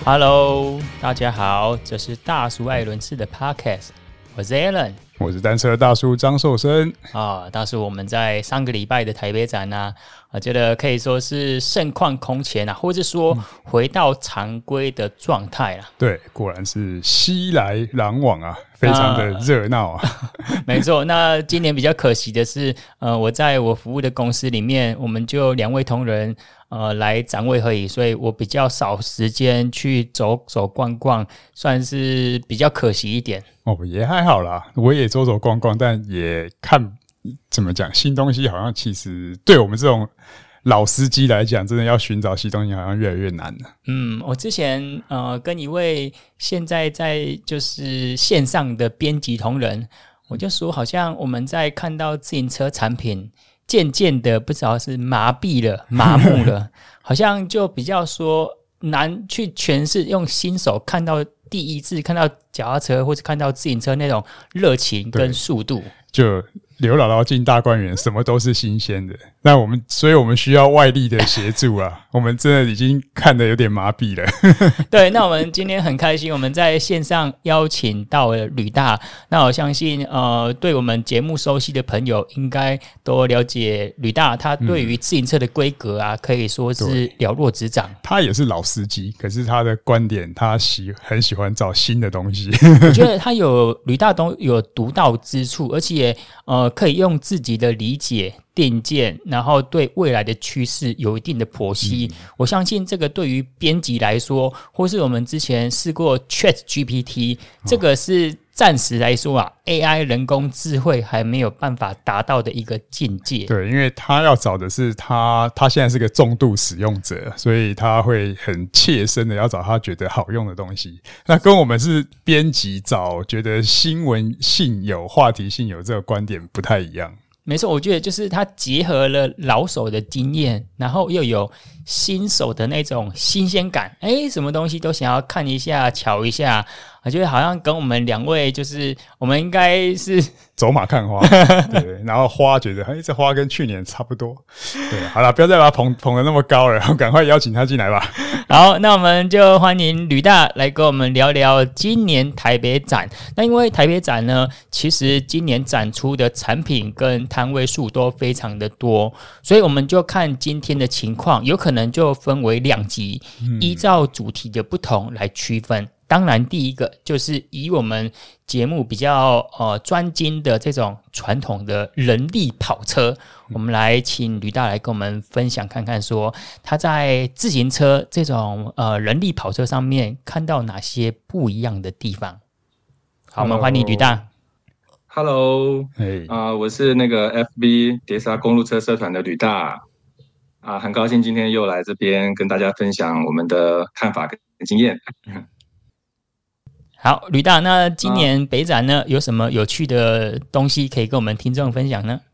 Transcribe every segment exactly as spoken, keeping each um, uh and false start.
Hello， 大家好，这是大叔艾伦式的 Podcast， 我是 Alan， 我是单车大叔张寿生啊。大叔，我们在上个礼拜的台北展呢、啊，我觉得可以说是盛况空前啊，或者说回到常规的状态啦、 嗯。对，果然是熙来攘往啊，非常的热闹啊。 啊没错，那今年比较可惜的是，呃，我在我服务的公司里面，我们就两位同仁。呃，来展位而已，所以我比较少时间去走走逛逛，算是比较可惜一点。 哦，也还好啦，我也走走逛逛，但也看怎么讲，新东西好像其实对我们这种老司机来讲，真的要寻找新东西好像越来越难了。 嗯，我之前呃跟一位现在在就是线上的编辑同仁，我就说，好像我们在看到自行车产品。渐渐的不知道是麻痹了麻木了好像就比较说难去诠释用新手看到第一次看到脚踏车或者看到自行车那种热情跟速度， 就刘姥姥进大观园，什么都是新鲜的。那我们，所以我们需要外力的协助啊！我们真的已经看得有点麻痹了。 对，那我们今天很开心，我们在线上邀请到了吕大。那我相信，呃，对我们节目熟悉的朋友，应该都了解吕大。他对于自行车的规格啊，嗯、可以说是了若指掌。 他也是老司机，可是他的观点，他喜很喜欢找新的东西。 我觉得他有吕大都有独到之处，而且呃，可以用自己的理解。定见，然后对未来的趋势有一定的剖析、嗯。我相信这个对于编辑来说，或是我们之前试过 Chat G P T，、哦、这个是暂时来说啊 ，A I 人工智慧还没有办法达到的一个境界。 对，因为他要找的是他，他现在是个重度使用者，所以他会很切身的要找他觉得好用的东西。那跟我们是编辑找觉得新闻性有、话题性有这个观点不太一样。 没错，我觉得就是他结合了老手的经验，然后又有新手的那种新鲜感，哎，什么东西都想要看一下、瞧一下，我觉得好像跟我们两位就是我们应该是走马看花，对，然后花觉得，哎，这花跟去年差不多，对，好了，不要再把他捧捧得那么高了，赶快邀请他进来吧。 好，那我们就欢迎吕大来跟我们聊聊今年台北展。那因为台北展呢，其实今年展出的产品跟摊位数都非常的多，所以我们就看今天的情况，有可能就分为两集，嗯、依照主题的不同来区分。当然，第一个就是以我们节目比较呃专精的这种传统的人力跑车，我们来请吕大来跟我们分享看看，说他在自行车这种呃人力跑车上面看到哪些不一样的地方。好，我们欢迎吕大。 Hello， hey. 呃、我是那个 F B 碟刹公路车社团的吕大啊、呃，很高兴今天又来这边跟大家分享我们的看法跟经验。 好，吕大，那今年北展呢、啊、有什么有趣的东西可以跟我们听众分享呢？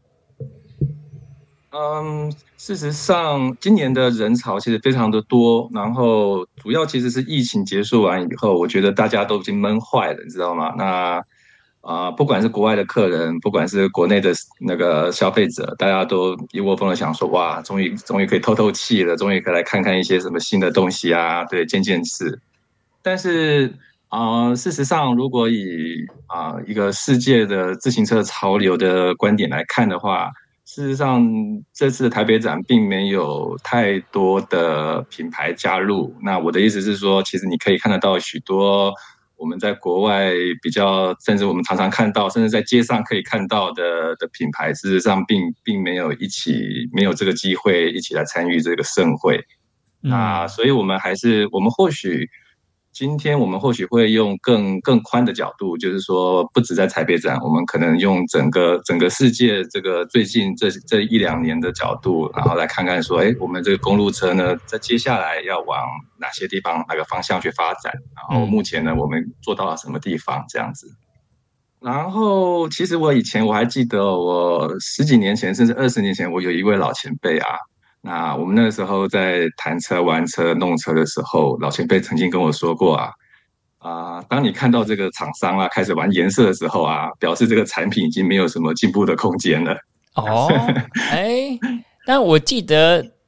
嗯，事实上，今年的人潮其实非常的多，然后主要其实是疫情结束完以后，我觉得大家都已经闷坏了，你知道吗？那啊、呃，不管是国外的客人，不管是国内的那个消费者，大家都一窝蜂的想说，哇，终于终于可以透透气了，终于可以来看看一些什么新的东西啊，对，见见识。但是啊、呃，事实上，如果以啊、呃、一个世界的自行车潮流的观点来看的话，事实上这次的台北展并没有太多的品牌加入。那我的意思是说，其实你可以看得到许多我们在国外比较，甚至我们常常看到，甚至在街上可以看到的的品牌，事实上并并没有一起没有这个机会一起来参与这个盛会。嗯、那所以我们还是我们或许。今天我们或许会用更更宽的角度，就是说，不止在台北展，我们可能用整个整个世界这个最近这这一两年的角度，然后来看看说，哎，我们这个公路车呢，在接下来要往哪些地方、哪个方向去发展？然后目前呢，我们做到了什么地方？这样子。然后，其实我以前我还记得，我十几年前甚至二十年前，我有一位老前辈啊。那我们那个时候在谈车、玩车、弄车的时候，老前辈曾经跟我说过啊，啊、呃，当你看到这个厂商啊开始玩颜色的时候啊，表示这个产品已经没有什么进步的空间了。 哦，哎，但我记得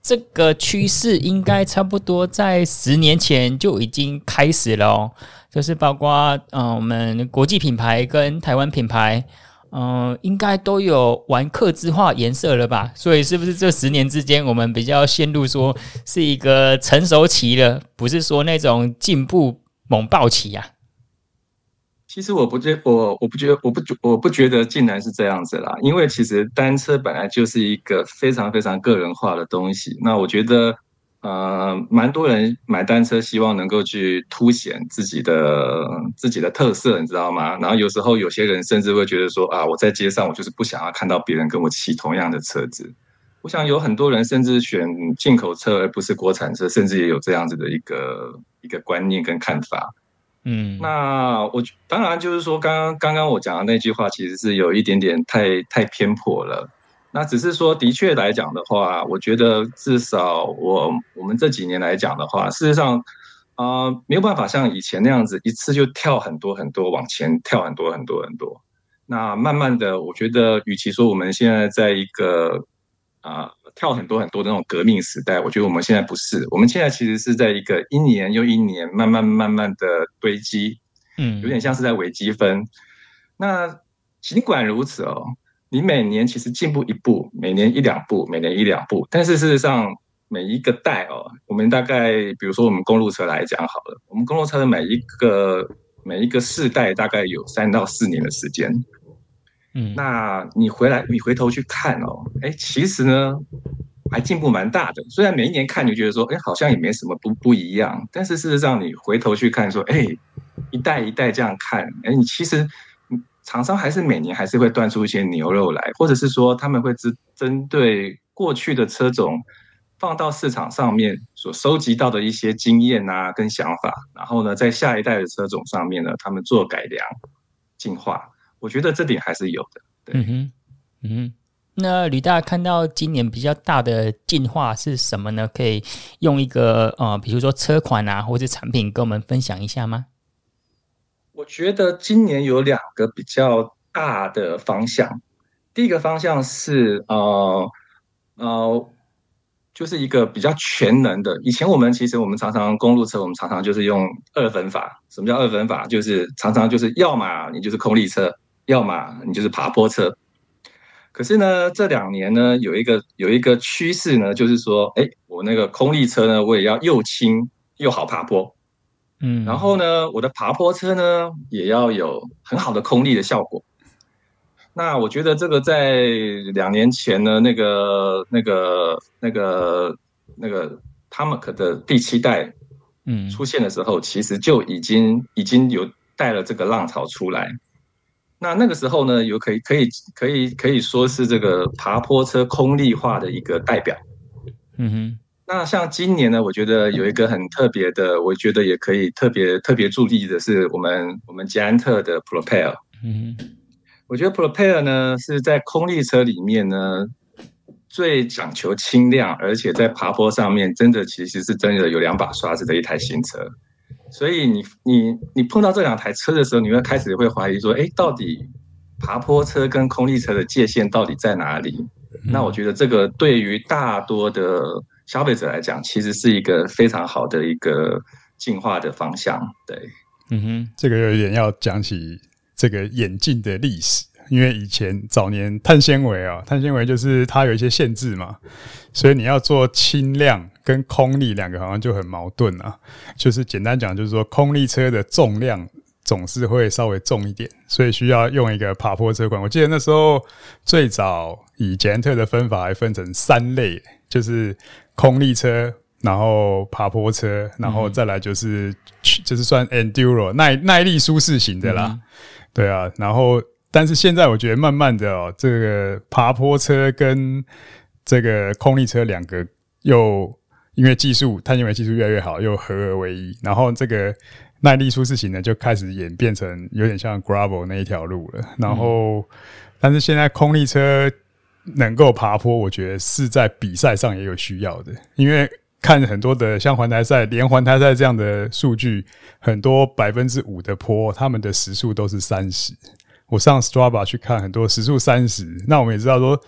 这个趋势应该差不多在十年前就已经开始了哦，就是包括呃我们国际品牌跟台湾品牌，嗯、呃，应该都有玩客制化颜色了吧？所以是不是这十年之间，我们比较陷入说是一个成熟期了，不是说那种进步猛爆期啊？ 其实我不觉我我不觉得我不我不觉得竟然是这样子啦，因为其实单车本来就是一个非常非常个人化的东西。那我觉得，呃，蛮多人买单车希望能够去凸显自己的自己的特色，你知道吗？然后有时候有些人甚至会觉得说啊，我在街上我就是不想要看到别人跟我骑同样的车子。我想有很多人甚至选进口车而不是国产车，甚至也有这样子的一个一个观念跟看法。嗯，那我当然就是说，刚刚刚刚我讲的那句话，其实是有一点点太太偏颇了。那只是说，的确来讲的话，我觉得至少我我们这几年来讲的话，事实上，啊、呃，没有办法像以前那样子一次就跳很多很多往前跳很多很多很多。那慢慢的，我觉得，与其说我们现在在一个啊、呃、跳很多很多的那种革命时代，我觉得我们现在不是，我们现在其实是在一个一年又一年慢慢慢慢的堆积，嗯，有点像是在微积分。那尽管如此哦，你每年其实进步一步，每年一两步，每年一两步，但是事实上每一个代哦，我们大概比如说我们公路车来讲好了，我们公路车的每一个每一个世代大概有三到四年的时间。嗯，那你回来，你回头去看哦，哎，其实呢，还进步蛮大的。虽然每一年看，你觉得说，哎，好像也没什么不不一样，但是事实上，你回头去看，说，哎，一代一代这样看，哎，你其实厂商还是每年还是会端出一些牛肉来，或者是说他们会针针对过去的车种放到市场上面所收集到的一些经验啊跟想法，然后呢，在下一代的车种上面呢，他们做改良、进化。我觉得这点还是有的。对，嗯哼， 嗯哼。那吕大看到今年比较大的进化是什么呢？可以用一个呃，比如说车款啊，或者产品跟我们分享一下吗？ 我觉得今年有两个比较大的方向。第一个方向是呃呃，就是一个比较全能的。以前我们其实我们常常公路车，我们常常就是用二分法。什么叫二分法？就是常常就是要么你就是空力车，要么你就是爬坡车。可是呢，这两年呢，有一个有一个趋势呢，就是说，哎，我那个空力车呢，我也要又轻又好爬坡。嗯，然后呢，我的爬坡车呢，也要有很好的空力的效果。那我觉得这个在两年前呢，那个、那个、那个、那个 Tamac 的第七代，嗯，出现的时候，其实就已经已经有带了这个浪潮出来。那那个时候呢，有可以可以可以可以说是这个爬坡车空力化的一个代表。嗯哼。那像今年呢，我觉得有一个很特别的，我觉得也可以特别特别注意的是我们我们捷安特的 Propel。嗯哼。我觉得 Propel 呢是在空力车里面呢最讲求轻量，而且在爬坡上面真的其实是真的有两把刷子的一台新车。所以你你你碰到这两台车的时候，你会开始会怀疑说，哎，到底爬坡车跟空力车的界限到底在哪里？嗯、那我觉得这个对于大多的消费者来讲，其实是一个非常好的一个进化的方向。对， 嗯哼，这个有一点要讲起这个眼镜的历史。因为以前早年碳纤维啊，碳纤维就是它有一些限制嘛，所以你要做轻量跟空力两个好像就很矛盾啊。就是简单讲，就是说空力车的重量总是会稍微重一点，所以需要用一个爬坡车款。我记得那时候最早以捷安特的分法还分成三类，就是空力车，然后爬坡车，然后再来就是、嗯、就是算 enduro 耐耐力舒适型的啦、嗯。对啊，然后。但是现在我觉得慢慢的哦，这个爬坡车跟这个空力车两个又因为技术碳纤维技术越来越好，又合而为一，然后这个耐力舒适型呢就开始演变成有点像 gravel 那一条路了。然后，嗯、但是现在空力车能够爬坡，我觉得是在比赛上也有需要的，因为看很多的像环台赛，连环台赛这样的数据，很多百分之五的坡，他们的时速都是三十。我上 Strava 去看很多时速三十，那我们也知道说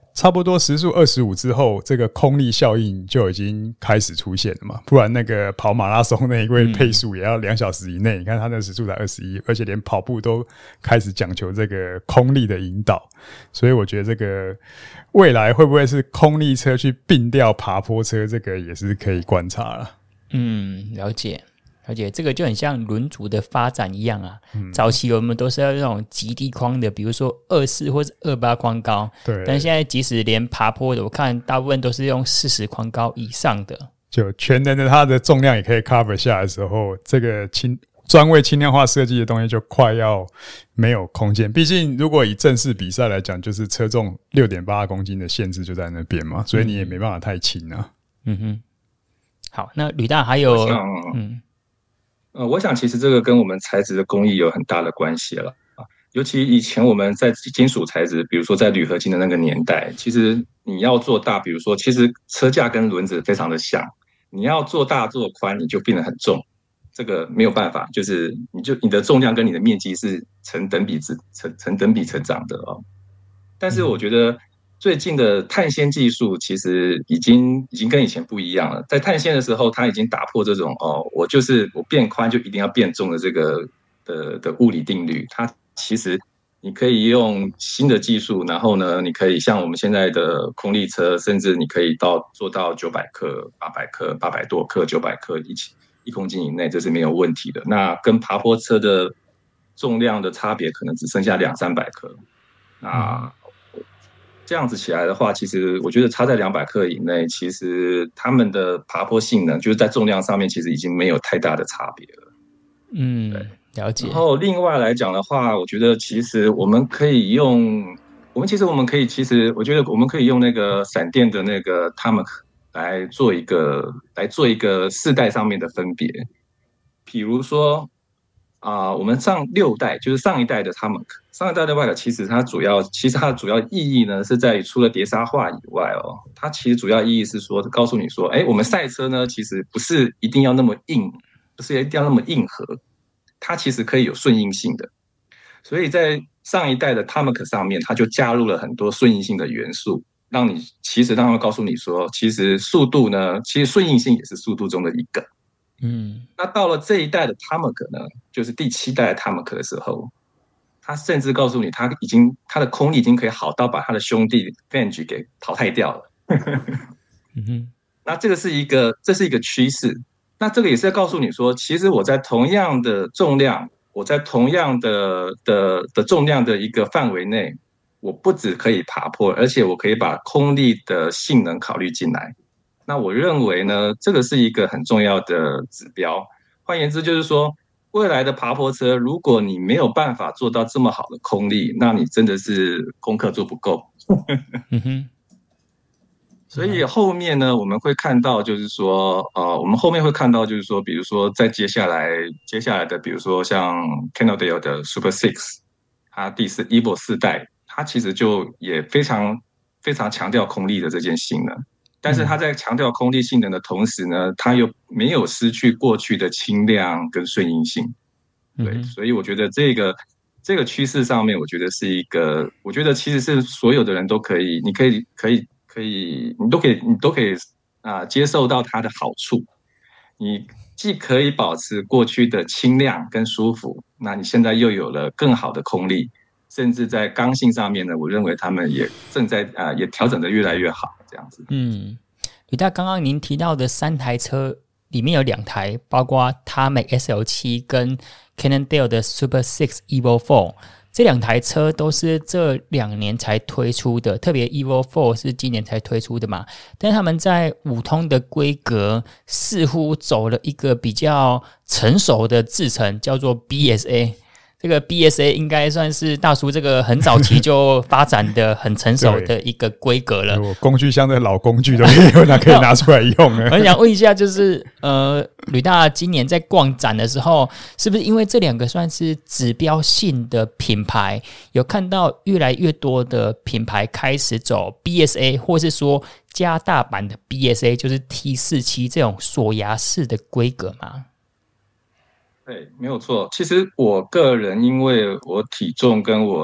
差不多时速二十五之后，这个空力效应就已经开始出现了嘛。不然那个跑马拉松那一位配速也要两小时以内，嗯、你看他那时速才二十一，而且连跑步都开始讲求这个空力的引导。所以我觉得这个未来会不会是空力车去并掉爬坡车，这个也是可以观察了。 嗯，了解。而且这个就很像轮组的发展一样啊，嗯、早期我们都是要那种极地框的，比如说二四或者二八框高，对。但现在即使连爬坡的，我看大部分都是用四十框高以上的， 就全能的它的重量也可以 cover 下来的时候，这个轻专为轻量化设计的东西就快要没有空间。毕竟如果以正式比赛来讲，就是车重 六点八 公斤的限制就在那边嘛，所以你也没办法太轻啊。 嗯哼，好，那吕大还有嗯。 呃，我想其实这个跟我们材质的工艺有很大的关系了啊。尤其以前我们在金属材质，比如说在铝合金的那个年代，其实你要做大，比如说其实车架跟轮子非常的像，你要做大做宽，你就变得很重，这个没有办法，就是你就你的重量跟你的面积是成等比成成等比成长的哦。但是我觉得最近的碳纤技术其实已经已经跟以前不一样了。在碳纤的时候，它已经打破这种哦，我就是我变宽就一定要变重的这个的的物理定律。它其实你可以用新的技术，然后呢，你可以像我们现在的空力车，甚至你可以到做到九百克、八百克、八百多克、九百克一起一公斤以内，这是没有问题的。那跟爬坡车的重量的差别可能只剩下两三百克。那这样子起来的话，其实我觉得差在两百克以内，其实他们的爬坡性能就是在重量上面其实已经没有太大的差别了。 嗯，了解。 然后另外来讲的话，我觉得其实我们可以用，我们其实我们可以，其实我觉得我们可以用那个闪电的那个他们来做一个来做一个世代上面的分别，比如说。啊、呃，我们上六代就是上一代的他们，上一代的 Bike 其实它主要，其实它的主要意义呢是在于除了碟刹化以外哦，它其实主要意义是说告诉你说，哎，我们赛车呢其实不是一定要那么硬，不是一定要那么硬核，它其实可以有顺应性的。所以在上一代的 Tamac 上面，它就加入了很多顺应性的元素，让你其实让他们告诉你说，其实速度呢，其实顺应性也是速度中的一个。嗯，那到了这一代的 Tamac 呢，就是第七代的 Tamac 的时候，他甚至告诉你，他已经他的空力已经可以好到把他的兄弟 Venge 给淘汰掉了。嗯哼，那这个是一个，这是一个趋势。那这个也是在告诉你说，其实我在同样的重量，我在同样的的的重量的一个范围内，我不只可以爬坡，而且我可以把空力的性能考虑进来。那我认为呢，这个是一个很重要的指标。换言之，就是说，未来的爬坡车，如果你没有办法做到这么好的空力，那你真的是功课做不够。嗯哼。所以后面呢，我们会看到，就是说，呃，我们后面会看到，就是说，比如说，在接下来接下来的，比如说像 Cannondale 的 Super Six， 它第四 Evo 四代，它其实就也非常非常强调空力的这件性能。但是它在强调空力性能的同时呢，它又没有失去过去的轻量跟顺应性。对，嗯、所以我觉得这个这个趋势上面，我觉得是一个，我觉得其实是所有的人都可以，你可以可以可以，你都可以你都可以啊、呃、接受到它的好处。你既可以保持过去的轻量跟舒服，那你现在又有了更好的空力。甚至在刚性上面呢，我认为他们也正在啊、呃，也调整的越来越好，这样子。 嗯，吕大，刚刚您提到的三台车里面有两台，包括 Tamac S L 七 跟 Cannondale 的 Super Six Evo 四，这两台车都是这两年才推出的，特别 Evo 四是今年才推出的嘛。但他们在五通的规格似乎走了一个比较成熟的制程，叫做 B S A。这个 B S A 应该算是大叔这个很早期就发展的很成熟的一个规格了。 工具箱的老工具都可以拿可以拿出来用了。 我想问一下，就是呃，吕大今年在逛展的时候，是不是因为这两个算是指标性的品牌，有看到越来越多的品牌开始走 B S A， 或是说加大版的 B S A， 就是 T 四十七 这种锁牙式的规格吗？ 对，没有错。其实我个人，因为我体重跟我我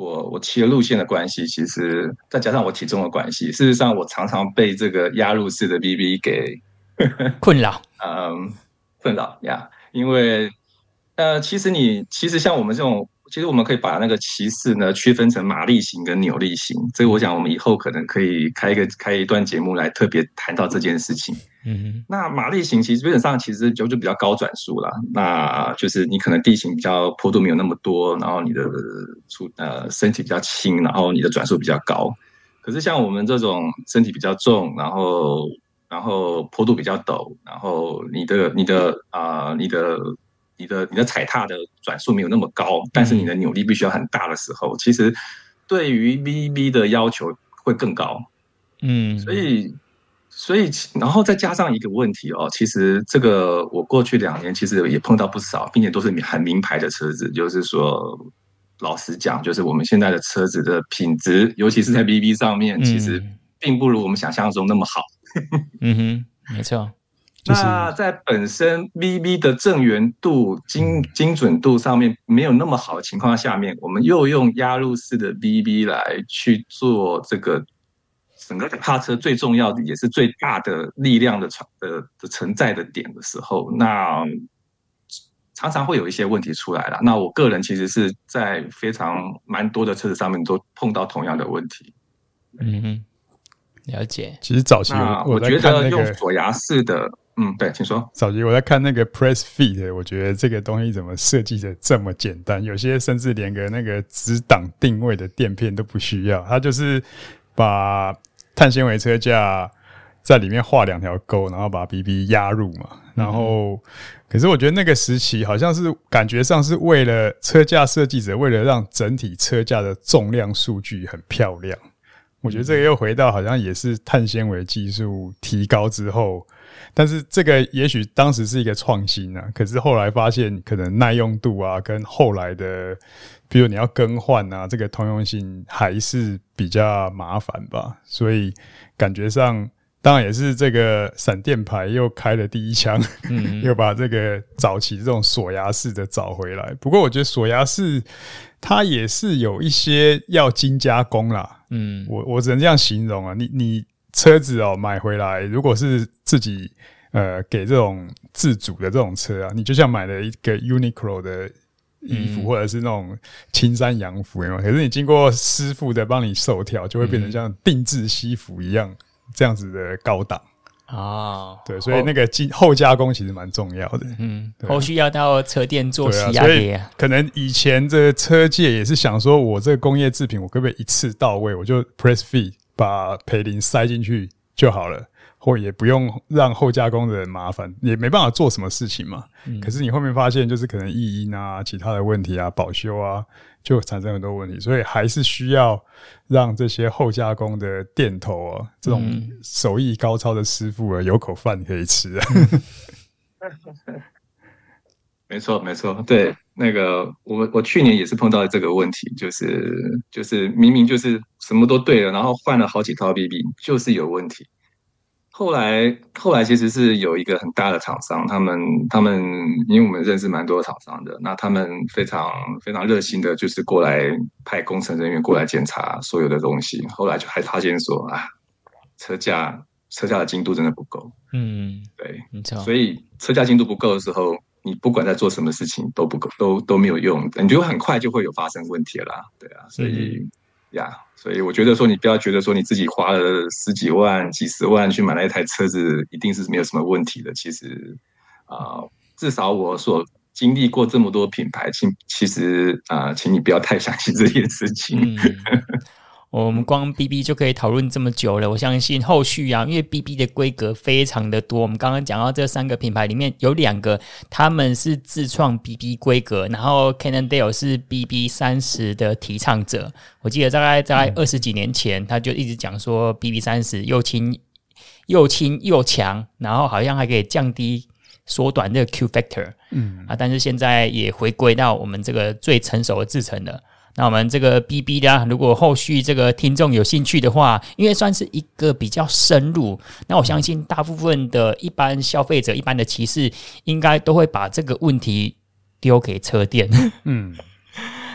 我我骑的路线的关系，其实再加上我体重的关系，事实上我常常被这个压入式的 B B 给困扰， 嗯，困扰呀。因为呃，其实你其实像我们这种，其实我们可以把那个骑士呢区分成马力型跟扭力型。这个我想我们以后可能可以开一个开一段节目来特别谈到这件事情。嗯，那马力型其实基本上其实就就比较高转速啦，那就是你可能地形比较坡度没有那么多，然后你的出呃身体比较轻，然后你的转速比较高。可是像我们这种身体比较重，然后然后坡度比较陡，然后你的你的啊、呃、你的你的你的踩踏的转速没有那么高，但是你的扭力必须要很大的时候，其实对于 V B 的要求会更高。嗯，所以所以然后再加上一个问题哦，其实这个我过去两年其实也碰到不少，并且都是很名牌的车子，就是说老实讲，就是我们现在的车子的品质，尤其是在 V B 上面，其实并不如我们想象中那么好。 嗯哼，没错。 那在本身 V B 的正圆度、精精准度上面没有那么好的情况下面，我们又用压入式的 V B 来去做这个整个踏车最重要的也是最大的力量的的的承载的点的时候，那常常会有一些问题出来了。那我个人其实是在非常蛮多的车子上面都碰到同样的问题。 嗯哼，了解。 其实早期我我在看那个觉得用锁牙式的。嗯，对，请说。 早期我在看那个 Press Fit， 我觉得这个东西怎么设计的这么简单？有些甚至连个那个直档定位的垫片都不需要，它就是把碳纤维车架在里面画两条沟，然后把 B B 压入嘛。然后，可是我觉得那个时期好像是感觉上是为了车架设计者为了让整体车架的重量数据很漂亮。我觉得这个又回到好像也是碳纤维技术提高之后。但是这个也许当时是一个创新啊，可是后来发现可能耐用度啊，跟后来的，比如你要更换啊，这个通用性还是比较麻烦吧。所以感觉上，当然也是这个闪电牌又开了第一枪，嗯、又把这个早期这种锁牙式的找回来。不过我觉得锁牙式它也是有一些要精加工啦，嗯，我我只能这样形容啊，你你。车子哦买回来，如果是自己呃给这种自主的这种车啊，你就像买了一个 Uniqlo 的衣服，嗯、或者是那种青山洋服，有没有？可是你经过师傅的帮你手调，就会变成像定制西服一样，这样子的高档啊。对，所以那个后加工其实蛮重要的。嗯， 后续要到车店做洗压贴啊。 可能以前这车界也是想说，我这个工业制品，我可不可以一次到位，我就 press fit。把培林塞进去就好了，或也不用让后加工的人麻烦，也没办法做什么事情嘛。嗯、可是你后面发现，就是可能异音啊、其他的问题啊、保修啊，就产生很多问题，所以还是需要让这些后加工的店头啊，这种手艺高超的师傅啊，有口饭可以吃啊。 没错，没错，对，那个我我去年也是碰到这个问题，就是就是明明就是什么都对了，然后换了好几套 B B， 就是有问题。后来后来其实是有一个很大的厂商，他们他们因为我们认识蛮多厂商的，那他们非常非常热心的，就是过来派工程人员过来检查所有的东西。后来就还发现说啊，车架车架的精度真的不够。嗯，对，没错。所以车架精度不够的时候。你不管在做什么事情都不够，都都没有用，你就很快就会有发生问题了啦，对啊，所以、嗯、呀，所以我觉得说你不要觉得说你自己花了十几万、几十万去买那一台车子，一定是没有什么问题的。其实啊、呃，至少我所经历过这么多品牌，其其实啊、呃，请你不要太相信这件事情。嗯我们光 B B 就可以讨论这么久了，我相信后续啊，因为 B B 的规格非常的多，我们刚刚讲到这三个品牌里面有两个他们是自创 B B 规格，然后 Cannondale 是 B B 三十 的提倡者。我记得大概在二十几年前，他就一直讲说 B B 三十 又轻又轻又强，然后好像还可以降低缩短这个 Q factor， 嗯啊，但是现在也回归到我们这个最成熟的制程了。那我们这个 B B 啦，如果后续这个听众有兴趣的话，因为算是一个比较深入，那我相信大部分的一般消费者、一般的骑士，应该都会把这个问题丢给车店。嗯，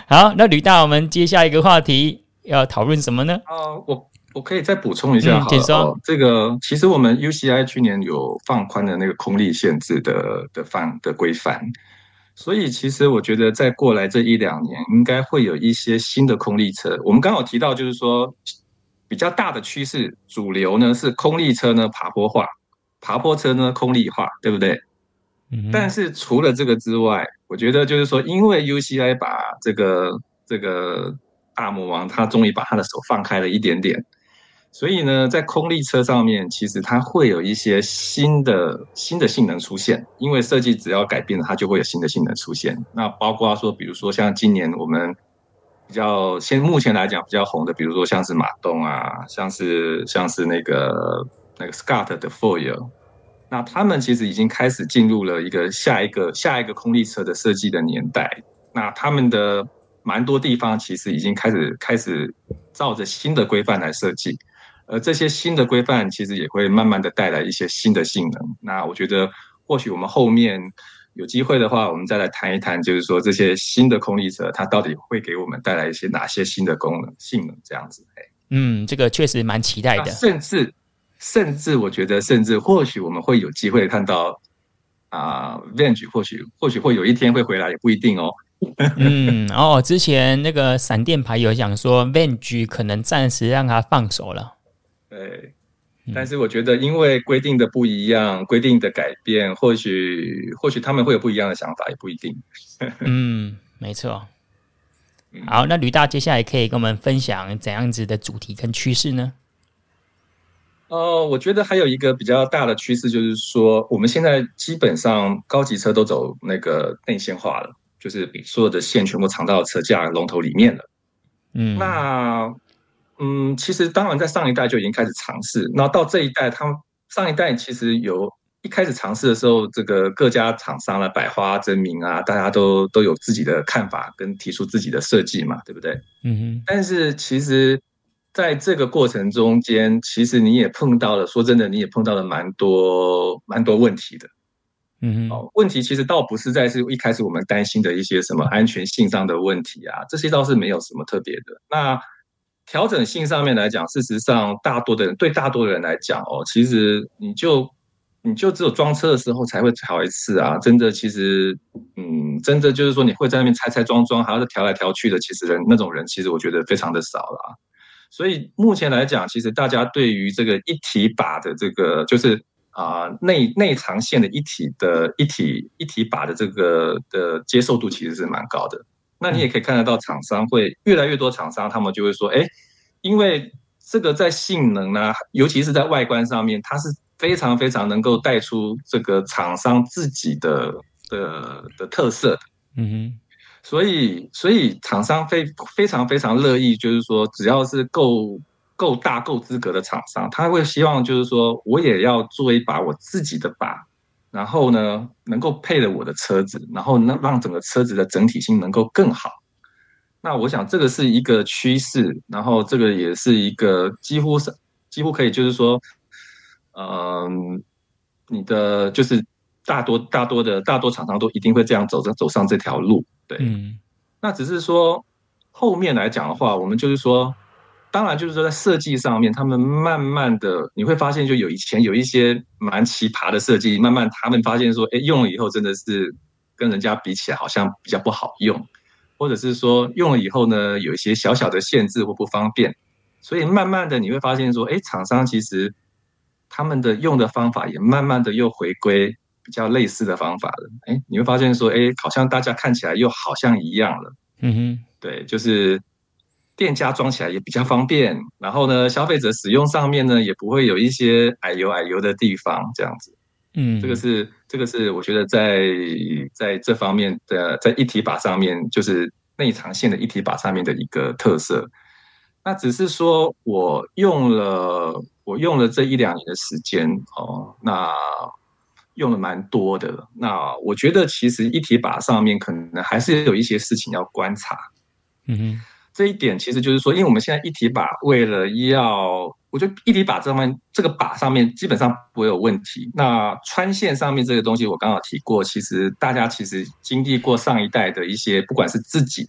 好，那吕大，我们接下一个话题要讨论什么呢？ 哦，我我可以再补充一下好了， 嗯请说哦，这个其实我们 U C I 去年有放宽了那个空力限制的的范的规范，所以其实我觉得在过来这一两年，应该会有一些新的空力车。我们刚好提到，就是说比较大的趋势，主流呢是空力车呢爬坡化，爬坡车呢空力化，对不对？ 嗯但是除了这个之外，我觉得就是说，因为 U C I 把这个这个大魔王他终于把他的手放开了一点点，所以呢，在空力车上面，其实它会有一些新的新的性能出现，因为设计只要改变了，它就会有新的性能出现。那包括说，比如说像今年我们比较现目前来讲比较红的，比如说像是马东啊，像是像是那个那个 Scott 的 Foil。那他们其实已经开始进入了一个下一个下一个空力车的设计的年代。那他们的蛮多地方其实已经开始开始照着新的规范来设计，而这些新的规范其实也会慢慢的带来一些新的性能。那我觉得或许我们后面有机会的话，我们再来谈一谈，就是说这些新的空力车它到底会给我们带来一些哪些新的功能性能这样子。 嗯，这个确实蛮期待的， 甚至。甚至我觉得，甚至或许我们会有机会看到啊、呃、，Venge 或许或许会有一天会回来，也不一定哦。 嗯，哦，之前那个闪电牌有讲说 Venge 可能暂时让他放手了。 对，但是我觉得因为规定的不一样，规定的改变，或许或许他们会有不一样的想法，也不一定。 嗯，没错。好，那吕大接下来可以跟我们分享怎样子的主题跟趋势呢？ 呃，我觉得还有一个比较大的趋势，就是说，我们现在基本上高级车都走那个内线化了，就是所有的线全部藏到车架龙头里面了。 嗯， 那嗯，其实当然在上一代就已经开始尝试，那到这一代，他们上一代其实有一开始尝试的时候，这个各家厂商啊，百花争鸣啊，大家都都有自己的看法跟提出自己的设计嘛，对不对？ 嗯哼， 但是其实。在这个过程中间，其实你也碰到了，说真的，你也碰到了蛮多蛮多问题的。 嗯哼， 哦，问题其实倒不是在是一开始我们担心的一些什么安全性上的问题啊，这些倒是没有什么特别的。那调整性上面来讲，事实上大多的人对大多的人来讲哦，其实你就你就只有装车的时候才会调一次啊，真的其实嗯，真的就是说你会在那边拆拆装装，还要调来调去的，其实人那种人其实我觉得非常的少了。所以目前来讲，其实大家对于这个一体把的这个，就是啊、呃、内内藏线的一体的一体一体把的这个的接受度其实是蛮高的。那你也可以看得到，厂商会越来越多厂商，他们就会说，哎，因为这个在性能呢、啊，尤其是在外观上面，它是非常非常能够带出这个厂商自己的的的特色的。 嗯哼。 所以，所以厂商非非常非常乐意，就是说，只要是够够大、够资格的厂商，他会希望就是说，我也要做一把我自己的把，然后呢，能够配了我的车子，然后能让整个车子的整体性能够更好。那我想这个是一个趋势，然后这个也是一个几乎是几乎可以就是说，嗯、呃，你的就是大多大多的大多厂商都一定会这样走走上这条路。对， 嗯， 那只是说后面来讲的话，我们就是说，当然就是说在设计上面，他们慢慢的你会发现，就有以前有一些蛮奇葩的设计，慢慢他们发现说，哎，用了以后真的是跟人家比起来好像比较不好用，或者是说用了以后呢，有一些小小的限制或不方便，所以慢慢的你会发现说，哎，厂商其实他们的用的方法也慢慢的又回归比较类似的方法了，哎，你会发现说，哎，好像大家看起来又好像一样了。 嗯哼， 对，就是店家装起来也比较方便，然后呢，消费者使用上面呢也不会有一些矮油矮油的地方，这样子。 嗯， 这个是这个是我觉得在在这方面的在一体把上面，就是内藏线的一体把上面的一个特色。那只是说我用了我用了这一两年的时间哦，那。用了蛮多的，那我觉得其实一体把上面可能还是有一些事情要观察。 嗯哼， 这一点其实就是说，因为我们现在一体把为了要，我觉得一体把这方面这个把上面基本上不会有问题。那穿线上面这个东西，我刚好提过，其实大家其实经历过上一代的一些，不管是自己的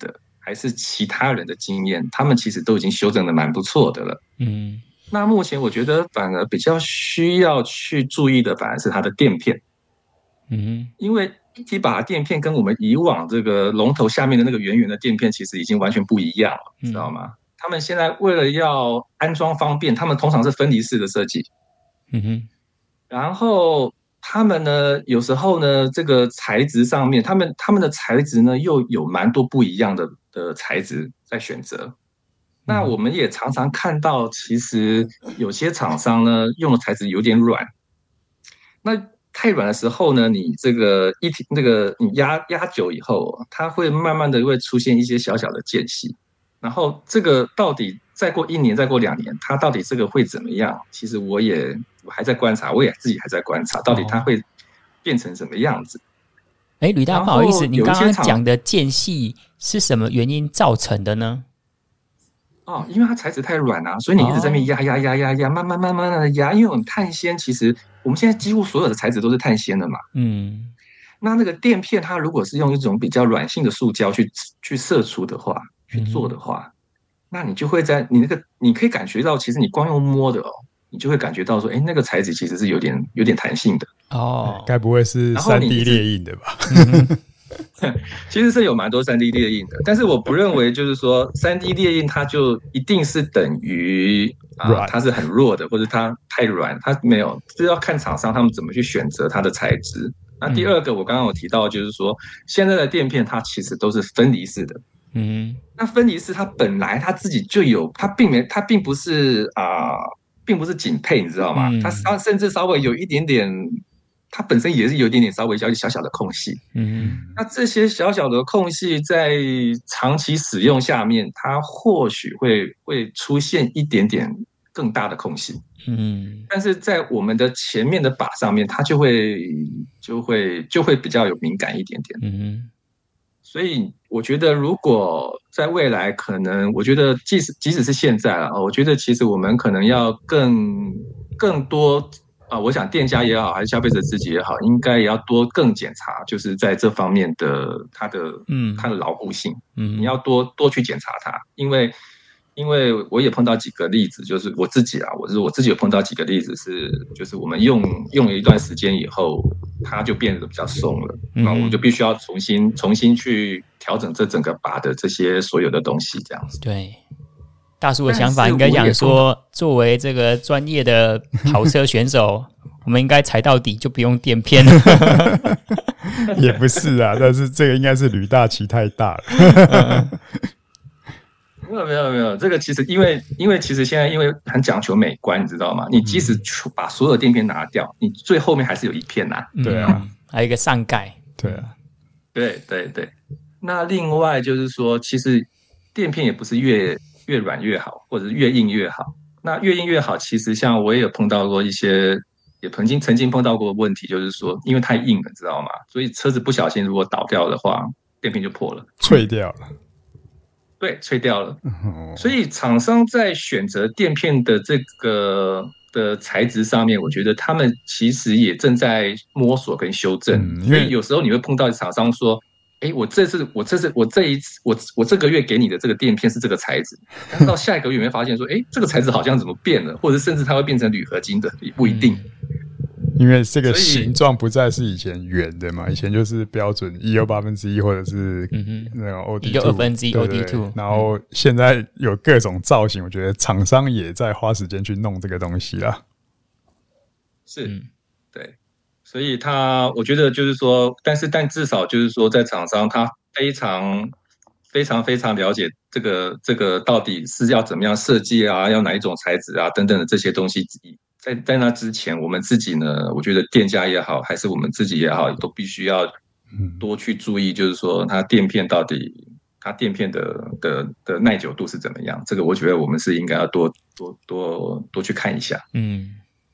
还是其他人的经验，他们其实都已经修正的蛮不错的了。 嗯， 那目前我觉得反而比较需要去注意的，反而是它的垫片。 嗯， 因为一体把垫片跟我们以往这个龙头下面的那个圆圆的垫片，其实已经完全不一样了，知道吗？他们现在为了要安装方便，他们通常是分离式的设计。 嗯哼， 然后他们呢，有时候呢，这个材质上面，他们他们的材质呢，又有蛮多不一样的的材质在选择。那我们也常常看到，其实有些厂商呢，用的材质有点软。那太软的时候呢，你这个一体那个你压压久以后，它会慢慢的会出现一些小小的间隙。然后这个到底再过一年、再过两年，它到底这个会怎么样？其实我也我还在观察，我也自己还在观察，到底它会变成什么样子。 哎，吕大，不好意思，你刚刚讲的间隙是什么原因造成的呢？ 哦，因为它材质太软啊，所以你一直在那边压压压压压，慢慢慢慢的压。因为我们碳纤其实我们现在几乎所有的材质都是碳纤的嘛。 嗯， 那那个垫片，它如果是用一种比较软性的塑胶去去射出的话，去做的话，嗯、那你就会在你那个你可以感觉到，其实你光用摸的哦，你就会感觉到说，哎，那个材质其实是有点有点弹性的哦。 该不会是三 D 列印的吧？ 其实是有蛮多三 D 列印的，但是我不认为就是说三 D 列印它就一定是等于啊它是很弱的，或者它太软，它没有，是要看厂商他们怎么去选择它的材质。那第二个我刚刚有提到，就是说现在的垫片它其实都是分离式的。 嗯， 那分离式它本来它自己就有，它并没它并不是啊、呃，并不是紧配，你知道吗？它它甚至稍微有一点点。它本身也是有一点点稍微小小小的空隙， 嗯， 那这些小小的空隙在长期使用下面，它或许会会出现一点点更大的空隙， 嗯， 但是在我们的前面的把上面，它就会就会就会比较有敏感一点点， 嗯， 所以我觉得如果在未来，可能我觉得即使即使是现在了，我觉得其实我们可能要更更多。啊，我想店家也好，还是消费者自己也好，应该也要多更检查，就是在这方面的它的嗯它的牢固性，嗯，你要多多去检查它，因为因为我也碰到几个例子，就是我自己啊，我是我自己有碰到几个例子是，就是我们用用了一段时间以后，它就变得比较松了，那、嗯、我们就必须要重新重新去调整这整个把的这些所有的东西，这样子。 对。大叔的想法应该讲说，作为这个专业的跑车选手，我们应该踩到底就不用垫片了。 也不是啊，但是这个应该是吕大骑太大了。 没有没有没有，这个其实因为因为其实现在因为很讲求美观，你知道吗？你即使把所有垫片拿掉，你最后面还是有一片呐、啊。 对啊、嗯， 还有一个上盖。 对啊， 对对对。那另外就是说，其实垫片也不是越越软越好，或者是越硬越好。那越硬越好，其实像我也有碰到过一些，也曾经曾经碰到过问题，就是说因为太硬了，知道吗？所以车子不小心如果倒掉的话，垫片就破了， 脆掉了。 对，脆掉了。所以厂商在选择垫片的这个的材质上面，我觉得他们其实也正在摸索跟修正。嗯、所以有时候你会碰到厂商说。哎，我这次我这次我这一次我我这个月给你的这个垫片是这个材质，但到下一个月你会发现说，哎，这个材质好像怎么变了，或者甚至它会变成铝合金的，也不一定。 因为这个形状不再是以前圆的嘛，以前就是标准一又八分之一或者是那种 O D 二， 一又二分之一 O D 二， 然后现在有各种造型，我觉得厂商也在花时间去弄这个东西啦。 是，嗯、对。所以他，我觉得就是说，但是但至少就是说，在厂商他非常非常非常了解这个这个到底是要怎么样设计啊，要哪一种材质啊等等的这些东西。在在那之前，我们自己呢，我觉得店家也好，还是我们自己也好，都必须要多去注意，就是说它垫片到底它垫片的的的耐久度是怎么样。这个我觉得我们是应该要多多多多去看一下。 嗯。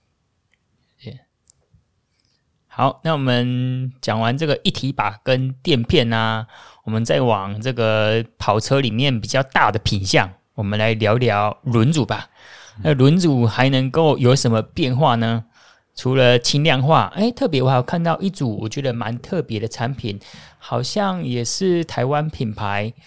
好，那我们讲完这个一体把跟垫片啊，我们再往这个跑车里面比较大的品项，我们来聊聊轮组吧。那轮组还能够有什么变化呢？除了轻量化，哎，特别我还有看到一组我觉得蛮特别的产品，好像也是台湾品牌，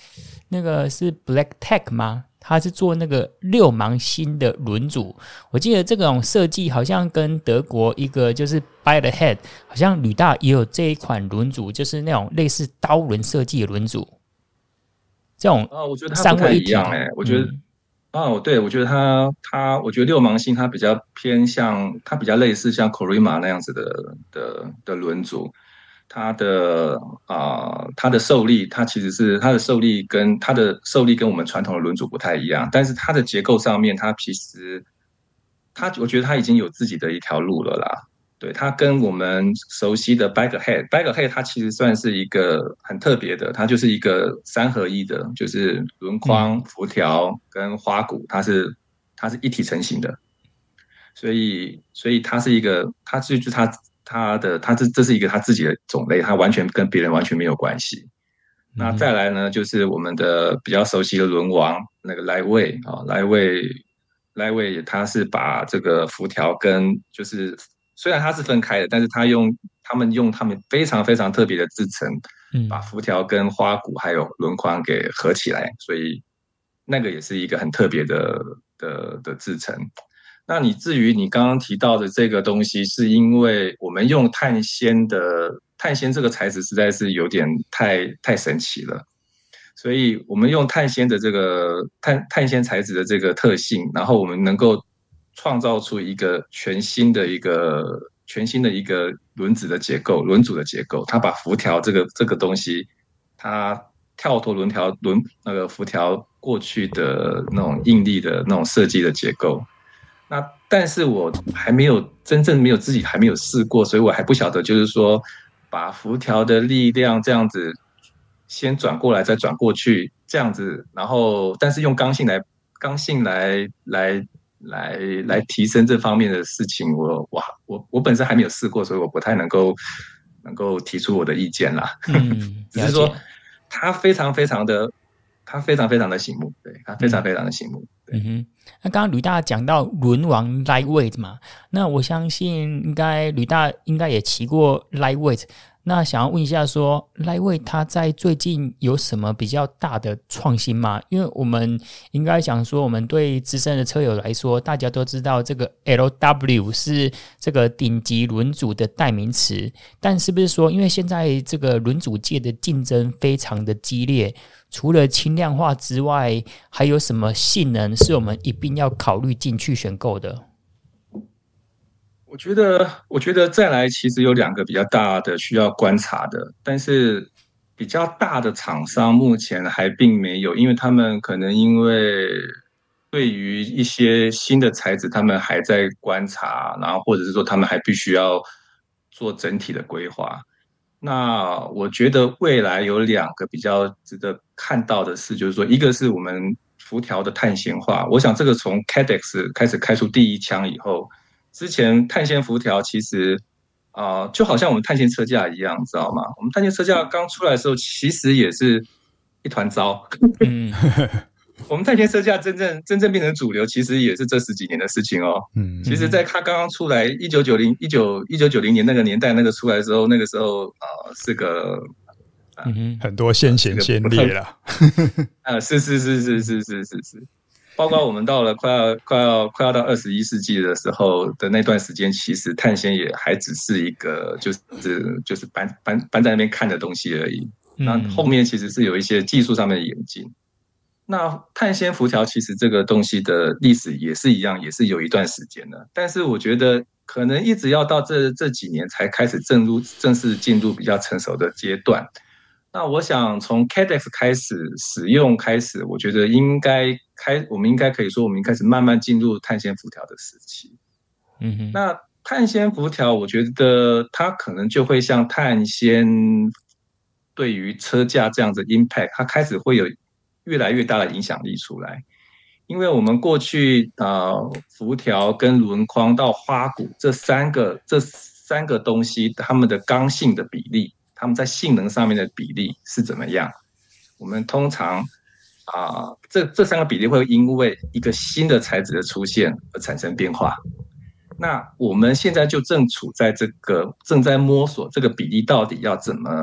那个是 BlackTech 吗？它是做那个六芒星的轮组，我记得这种设计好像跟德国一个就是 By the Head， 好像旅大也有这一款轮组，就是那种类似刀轮设计的轮组。这种啊，我觉得它不太一样哎、欸，我觉得。嗯哦，对，我觉得它它，我觉得六芒星它比较偏向，它比较类似像 Corima 那样子的的的轮组，它的啊、呃、它的受力，它其实是它的受力跟它的受力跟我们传统的轮组不太一样，但是它的结构上面，它其实它我觉得它已经有自己的一条路了啦。对，它跟我们熟悉的 Baghead，Baghead 它其实算是一个很特别的，它就是一个三合一的，就是轮框、辐条跟花鼓，它是它是一体成型的，所以所以它是一个，它是就是它它的它这这是一个它自己的种类，它完全跟别人完全没有关系。那再来呢，就是我们的比较熟悉的轮王那个来位啊，来位来位，它是把这个辐条跟就是。虽然它是分开的，但是他用他们用他们非常非常特别的制程，把辐条跟花鼓还有轮框给合起来，所以那个也是一个很特别的的的制程。那你至于你刚刚提到的这个东西，是因为我们用碳纤的碳纤这个材质实在是有点太太神奇了，所以我们用碳纤的这个碳碳纤材质的这个特性，然后我们能够创造出一个全新的一个全新的一个轮子的结构，轮组的结构。它把辐条这个这个东西，它跳脱轮条轮那个辐条过去的那种应力的那种设计的结构。那但是我还没有真正没有自己还没有试过，所以我还不晓得，就是说把辐条的力量这样子先转过来，再转过去这样子，然后但是用刚性来刚性来来。来来提升这方面的事情，我我我我本身还没有试过，所以我不太能够能够提出我的意见啦。嗯，只是说他非常非常的，他非常非常的醒目，对，他非常非常的醒目。嗯哼， 那刚刚吕大讲到轮王 Lightweight 嘛，那我相信应该吕大应该也骑过 Lightweight。那想要问一下说 Lightweight 它在最近有什么比较大的创新吗？因为我们应该讲说，我们对资深的车友来说，大家都知道这个 L W 是这个顶级轮组的代名词，但是不是说因为现在这个轮组界的竞争非常的激烈，除了轻量化之外，还有什么性能是我们一并要考虑进去选购的？ 我觉得，我觉得再来其实有两个比较大的需要观察的，但是比较大的厂商目前还并没有，因为他们可能因为对于一些新的材质，他们还在观察，然后或者是说他们还必须要做整体的规划。那我觉得未来有两个比较值得看到的是，就是说，一个是我们辐条的碳纤化，我想这个从 C A D E X 开始开出第一枪以后。之前碳纤辐条其实啊、呃，就好像我们碳纤车架一样，知道吗？我们碳纤车架刚出来的时候，其实也是一团糟。嗯，我们碳纤车架真正真正变成主流，其实也是这十几年的事情哦。嗯，其实在它刚刚出来，一九九零一九一九九零年那个年代，那个出来的时候，那个时候啊、呃、是个、 呃嗯、很多先贤先烈啦。 啊，是是是是是是是是。包括我们到了快要快要快要到二十一世纪的时候的那段时间，其实碳纤也还只是一个就是就是搬搬搬在那边看的东西而已。那后面其实是有一些技术上面的演进。那碳纤辐条其实这个东西的历史也是一样，也是有一段时间的。但是我觉得可能一直要到这这几年才开始正入正式进入比较成熟的阶段。那我想从 C A D E X 开始使用开始，我觉得应该开，我们应该可以说，我们开始慢慢进入碳纤辐条的时期。嗯哼，那碳纤辐条，我觉得它可能就会像碳纤对于车架这样子 impact， 它开始会有越来越大的影响力出来。因为我们过去啊，辐条跟轮框到花鼓这三个这三个东西，它们的刚性的比例。他们在性能上面的比例是怎么样？我们通常啊、呃，这这三个比例会因为一个新的材质的出现而产生变化。那我们现在就正处在这个正在摸索这个比例到底要怎么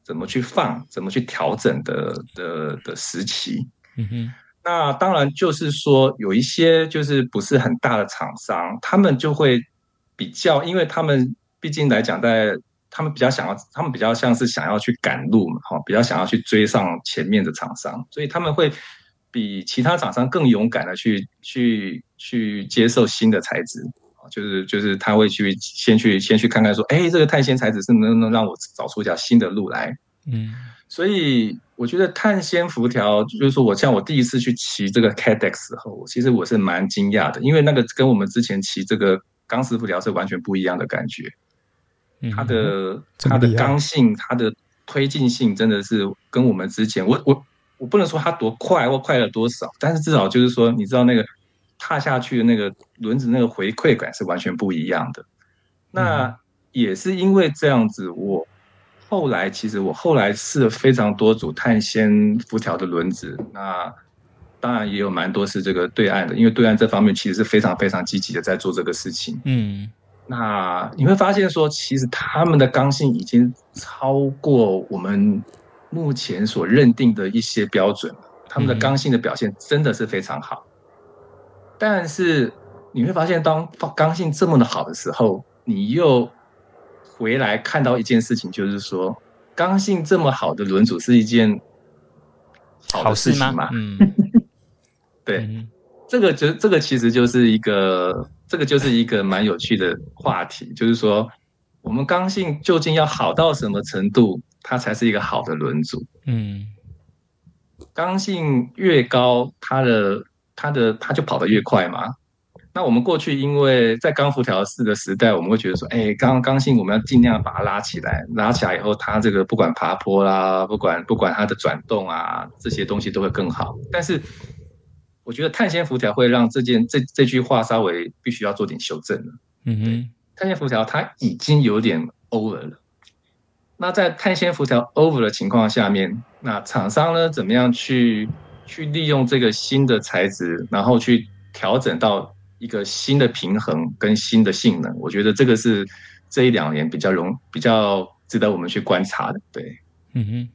怎么去放、怎么去调整的的的时期。 嗯哼， 那当然就是说，有一些就是不是很大的厂商，他们就会比较，因为他们毕竟来讲在，他们比较想要，他们比较像是想要去赶路嘛，比较想要去追上前面的厂商，所以他们会比其他厂商更勇敢的去去去接受新的材质。就是就是他会去先去先去看看说，哎，这个碳纤材质是能不能让我找出一条新的路来。 嗯， 所以我觉得碳纤辐条，就是说我像我第一次去骑这个 C A D E X 时候，其实我是蛮惊讶的，因为那个跟我们之前骑这个钢丝辐条是完全不一样的感觉。它的它的刚性，它的推进性真的是跟我们之前，我我我不能说它多快或快了多少，但是至少就是说，你知道那个踏下去的那个轮子那个回馈感是完全不一样的。那也是因为这样子，我后来其实我后来试了非常多组碳纤辐条的轮子，那当然也有蛮多是这个对岸的，因为对岸这方面其实是非常非常积极的在做这个事情。 嗯， 那你会发现说，其实他们的刚性已经超过我们目前所认定的一些标准，他们的刚性的表现真的是非常好。但是你会发现，当刚性这么的好的时候，你又回来看到一件事情，就是说，刚性这么好的轮组是一件好的事情吗？ 吗嗯， 对，嗯、这个就这个其实就是一个，这个就是一个蛮有趣的话题，就是说，我们刚性究竟要好到什么程度，它才是一个好的轮组？嗯，刚性越高，它的它的它就跑得越快嘛。那我们过去因为在钢辐条式的时代，我们会觉得说，哎，刚刚性我们要尽量把它拉起来，拉起来以后，它这个不管爬坡啦，不管不管它的转动啊，这些东西都会更好。但是我觉得碳纤辐条会让这件这这句话稍微必须要做点修正了。嗯哼，碳纤辐条它已经有点 over 了。那在碳纤辐条 over 的情况下面，那厂商呢怎么样去去利用这个新的材质，然后去调整到一个新的平衡跟新的性能？我觉得这个是这一两年比较容比较值得我们去观察的。对， 嗯哼，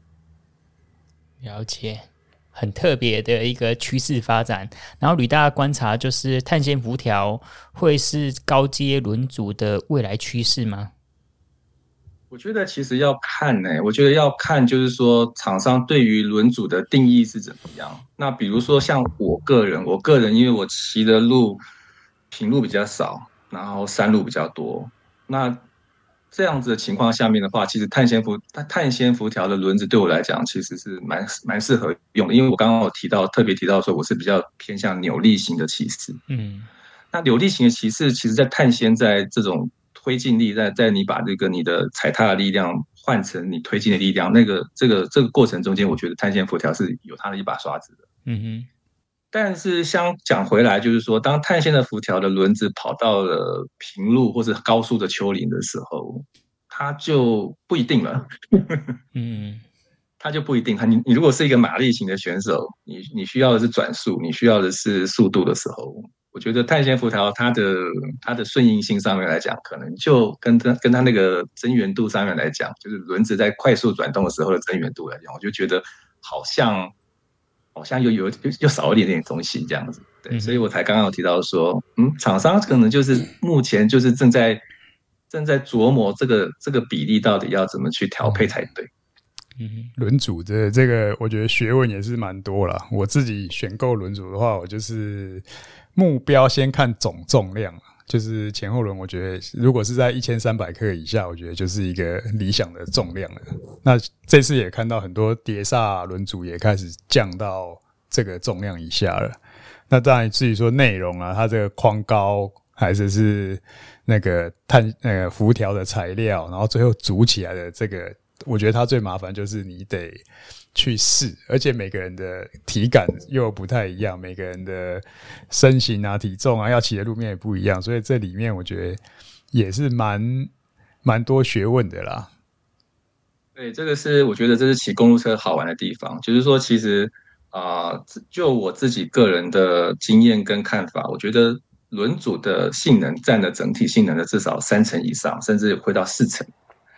了解，很特别的一个趋势发展。然后吕大观察，就是碳纤辐条会是高阶轮组的未来趋势吗？ 我觉得其实要看呢、欸，我觉得要看就是说厂商对于轮组的定义是怎么样。那比如说像我个人，我个人因为我骑的路平路比较少，然后山路比较多，那这样子的情况下面的话，其实碳纤辐碳纤辐条的轮子对我来讲其实是蛮蛮适合用的，因为我刚刚有提到特别提到说我是比较偏向扭力型的骑士。嗯，那扭力型的骑士，其实在碳纤在这种推进力，在在你把这个你的踩踏的力量换成你推进的力量，那个这个这个过程中间，我觉得碳纤辐条是有它的一把刷子的。嗯哼。但是相讲回来，就是说，当碳纤的辐条的轮子跑到了平路或是高速的丘陵的时候，它就不一定了。嗯，它就不一定。它你你如果是一个马力型的选手，你你需要的是转速，你需要的是速度的时候，我觉得碳纤辐条它的它的顺应性上面来讲，可能就跟它跟它那个增圆度上面来讲，就是轮子在快速转动的时候的增圆度来讲，我就觉得好像好像又有又少一点点东西这样子。对，嗯、所以我才刚刚有提到说，嗯，厂商可能就是目前就是正在正在琢磨这个这个比例到底要怎么去调配才对。 嗯，轮组的这个我觉得学问也是蛮多啦。我自己选购轮组的话，我就是目标先看总重量，就是前后轮我觉得如果是在一千三百克以下，我觉得就是一个理想的重量了。那这次也看到很多碟刹轮组也开始降到这个重量以下了。那当然至于说内容啊，它这个框高还是是那个碳那个辐条的材料，然后最后组起来的这个，我觉得它最麻烦就是你得去试，而且每个人的体感又不太一样，每个人的身形啊、体重啊、要骑的路面也不一样，所以这里面我觉得也是蛮蛮多学问的啦。 对，这个是我觉得这是骑公路车好玩的地方，就是说其实啊、呃，就我自己个人的经验跟看法，我觉得轮组的性能占了整体性能的至少三成以上，甚至会到四成。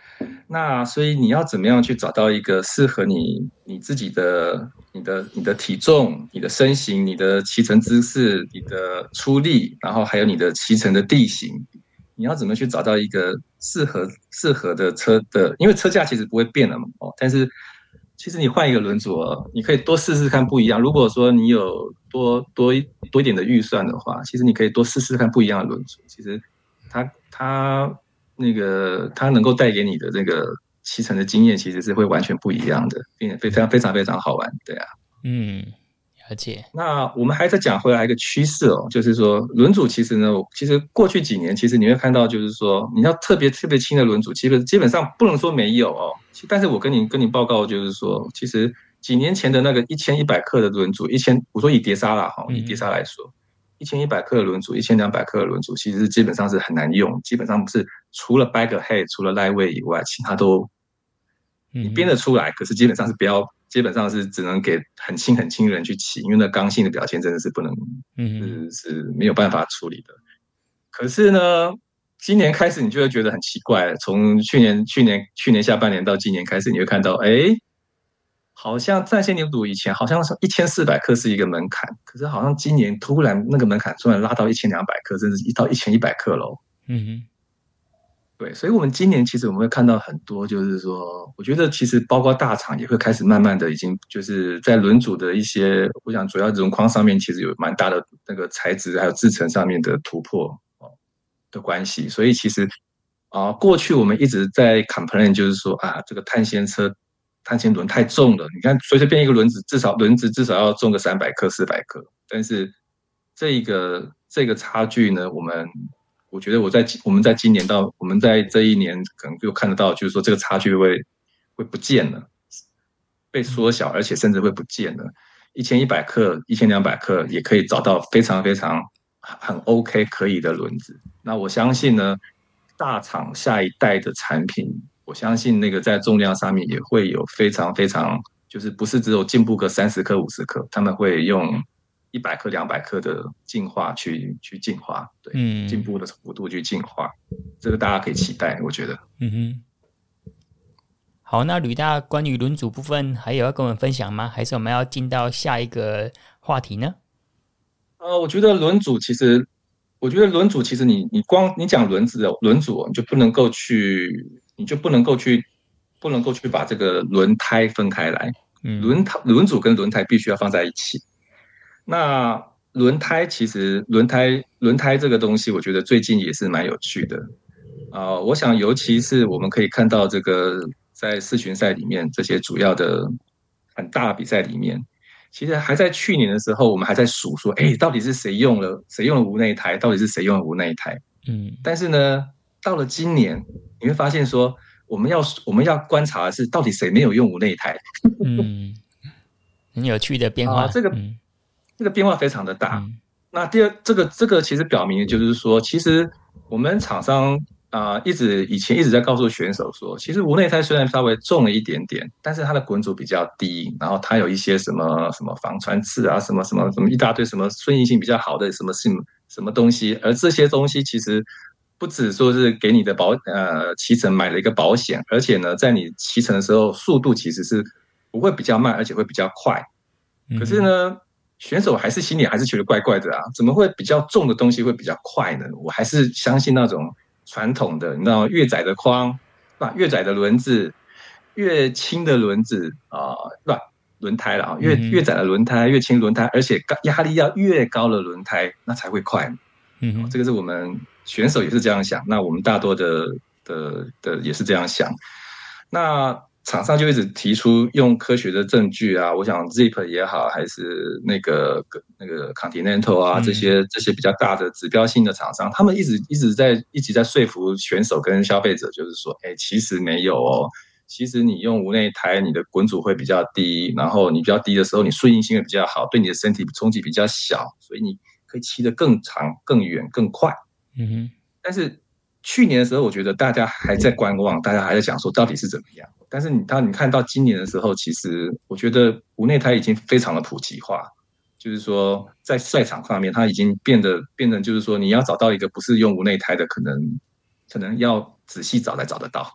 那所以你要怎么样去找到一个适合你你自己的、你的、你的体重、你的身形、你的骑乘姿势、你的出力，然后还有你的骑乘的地形，你要怎么去找到一个适合适合的车的？因为车架其实不会变了嘛，哦，但是其实你换一个轮组哦，你可以多试试看不一样。如果说你有多多一多一点的预算的话，其实你可以多试试看不一样的轮组。其实它它。那个它能够带给你的这个骑乘的经验，其实是会完全不一样的，并且非常非常非常好玩，对啊。 嗯，了解。 那我们还在讲回来一个趋势哦，就是说轮组其实呢，其实过去几年，其实你会看到，就是说你要特别特别轻的轮组，基本基本上不能说没有哦。但是我跟你跟你报告，就是说，其实几年前的那个一千一百克的轮组，一千我说以碟刹啦哈，以碟刹来说。一千一百克的轮组，一千两百克的轮组，其实基本上是很难用，基本上是除了 bag head 除了 lightweight 以外，其他都你编得出来，可是基本上是不要，基本上是只能给很轻很轻的人去骑，因为那刚性的表现真的是不能，嗯，是是没有办法处理的。可是呢，今年开始你就会觉得很奇怪，从去年去年去年下半年到今年开始，你会看到，哎。好像在线牛组以前好像是一千四百克是一个门槛，可是好像今年突然那个门槛突然拉到一千两百克，甚至一到一千一百克喽。 嗯哼， 对，所以我们今年其实我们会看到很多，就是说，我觉得其实包括大厂也会开始慢慢的已经就是在轮组的一些，我想主要轮框上面其实有蛮大的那个材质还有制程上面的突破的关系，所以其实啊、呃，过去我们一直在 complain 就是说啊，这个碳纤车。碳纤轮太重了，你看随随便一个轮子，至少轮子至少要重个三百克、四百克。但是这一个这个差距呢，我们我觉得我在我们在今年到我们在这一年可能就看得到，就是说这个差距会会不见了，被缩小，而且甚至会不见了。一千一百克、一千两百克也可以找到非常非常很 OK 可以的轮子。那我相信呢，大厂下一代的产品。我相信那个在重量上面也会有非常非常，就是不是只有进步个三十克、五十克，他们会用一百克、两百克的进化去去进化，对，嗯，进步的幅度去进化，这个大家可以期待，我觉得。 嗯哼。好，那吕大关于轮组部分还有要跟我们分享吗？还是我们要进到下一个话题呢？ 呃，我觉得轮组其实，我觉得轮组其实你你光你讲轮子的轮组，你就不能够去。你就不能够去，不能够去把这个轮胎分开来。轮胎轮组跟轮胎必须要放在一起。那轮胎其实轮胎轮胎这个东西，我觉得最近也是蛮有趣的啊、呃。我想，尤其是我们可以看到这个在世巡赛里面这些主要的很大的比赛里面，其实还在去年的时候，我们还在数说，哎，到底是谁用了谁用了无内胎，到底是谁用了无内胎？嗯，但是呢。到了今年，你会发现说，我们要我们要观察的是，到底谁没有用无内胎？ 嗯，很有趣的变化。 啊、这个、 嗯、 这个变化非常的大。嗯、那第二，这个这个其实表明就是说，其实我们厂商啊、呃，一直以前一直在告诉选手说，其实无内胎虽然稍微重了一点点，但是它的滚阻比较低，然后它有一些什么什么防穿刺啊，什么什么什么一大堆什么顺应性比较好的什么什么什么东西，而这些东西其实。不只说是给你的保呃骑乘买了一个保险，而且呢，在你骑乘的时候，速度其实是不会比较慢，而且会比较快。可是呢，选手还是心里还是觉得怪怪的啊，怎么会比较重的东西会比较快呢？我还是相信那种传统的，你知道，越窄的框，啊，越窄的轮子，越轻的轮子啊，不、呃，轮胎了啊，越越窄的轮胎，越轻轮胎，而且压力要越高的轮胎，那才会快。嗯，这个是我们选手也是这样想，那我们大多的的的也是这样想。那厂商就一直提出用科学的证据啊，我想 Zip 也好，还是那个那个 Continental 啊，这些这些比较大的指标性的厂商，他们一直一直在一直在说服选手跟消费者，就是说，哎，其实没有哦，其实你用无内胎，你的滚阻会比较低，然后你比较低的时候，你顺应性会比较好，对你的身体冲击比较小，所以你可以骑得更长、更远、更快。嗯哼。但是去年的时候，我觉得大家还在观望，大家还在讲说到底是怎么样。但是你当你看到今年的时候，其实我觉得无内胎已经非常的普及化，就是说在赛场上面，它已经变得变成就是说，你要找到一个不是用无内胎的，可能可能要仔细找才找得到。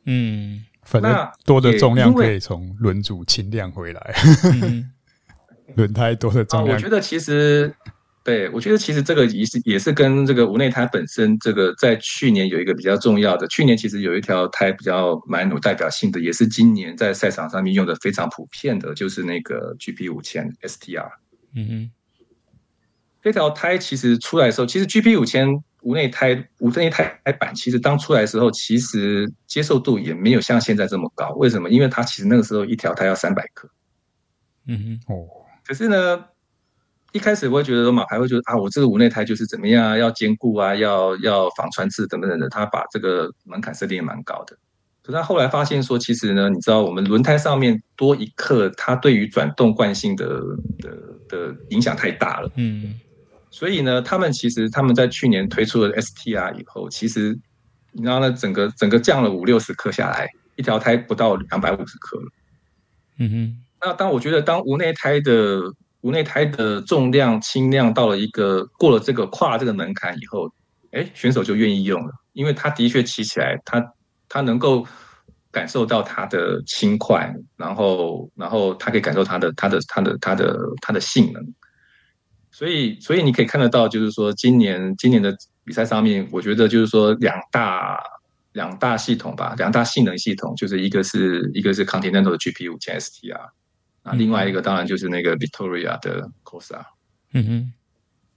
嗯， 反正多的重量可以从轮组轻量回来。嗯轮胎多的重量、 啊，我觉得其实，对我觉得其实这个也是也是跟这个无内胎本身这个在去年有一个比较重要的，去年其实有一条胎比较蛮有代表性的，也是今年在赛场上面用的非常普遍的，就是那个 G P 五千 S T R。 嗯哼， 这条胎其实出来的时候，其实 G P 五千无内胎无内胎版其实当出来的时候，其实接受度也没有像现在这么高。为什么？因为它其实那个时候一条胎要三百克。 嗯哼，哦。 可是呢，一开始我会觉得说马牌会觉得啊，我这个无内胎就是怎么样，要坚固啊，要要防穿刺等等的，他把这个门槛设定也蛮高的。可是他后来发现说，其实呢，你知道我们轮胎上面多一克，它对于转动惯性的的的影响太大了。 嗯， 所以呢，他们其实他们在去年推出了 S T R 以后，其实你知道呢，整个整个降了五六十克下来，一条胎不到两百五十克了。 嗯哼。 那当我觉得当无内胎的无内胎的重量轻量到了一个过了这个跨了这个门槛以后，哎，选手就愿意用了，因为他的确骑起来，他他能够感受到它的轻快，然后然后他可以感受它的它的它的它的它的性能，所以所以你可以看得到，就是说今年今年的比赛上面，我觉得就是说两大两大系统吧，两大性能系统，就是一个是一个是 Continental 的 G P 五千 S T R。那另外一个当然就是那个 Victoria 的 Corsa， 嗯哼， 呀、yeah ，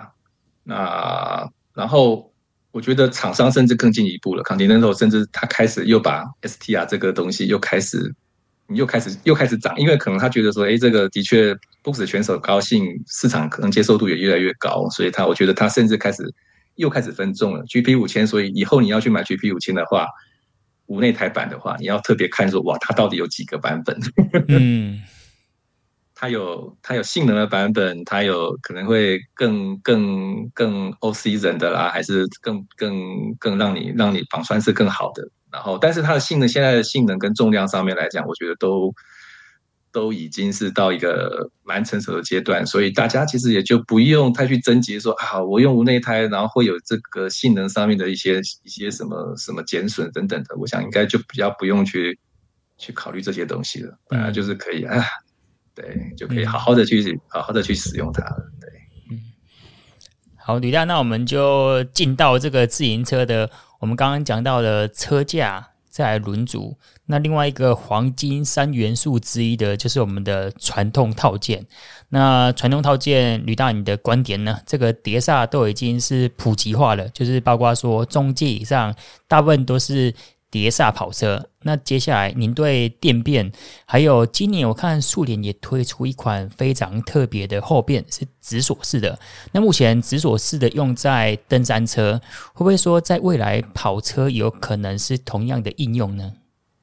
那然后我觉得厂商甚至更进一步了 ，Continental 甚至他开始又把 S T R 这个东西又开始，又开始又开始涨，因为可能他觉得说，哎，这个的确不止选手高兴，市场可能接受度也越来越高，所以他我觉得他甚至开始又开始分众了 G P 五千，所以以后你要去买 G P 五千的话。无内胎版的话，你要特别看说，哇，它到底有几个版本？嗯，它有它有性能的版本，它有可能会更更更 O C 人的啦，还是更更更让你让你防穿是更好的。然后，但是它的性能现在的性能跟重量上面来讲，我觉得都都已经是到一个蛮成熟的阶段，所以大家其实也就不用太去争执说啊，我用无内胎，然后会有这个性能上面的一些一些什么什么减损等等的，我想应该就比较不用去去考虑这些东西了，本来就是可以啊，对，就可以好好的去、嗯、好好的去使用它了，对， 嗯，好，吕大，那我们就进到这个自行车的，我们刚刚讲到的车架。再来轮组，那另外一个黄金三元素之一的就是我们的传动套件。那传动套件，吕大你的观点呢？这个碟刹都已经是普及化了，就是包括说中阶以上，大部分都是碟刹跑车。那接下来您对电变，还有今年我看速联也推出一款非常特别的后变，是直锁式的。那目前直锁式的用在登山车，会不会说在未来跑车有可能是同样的应用呢？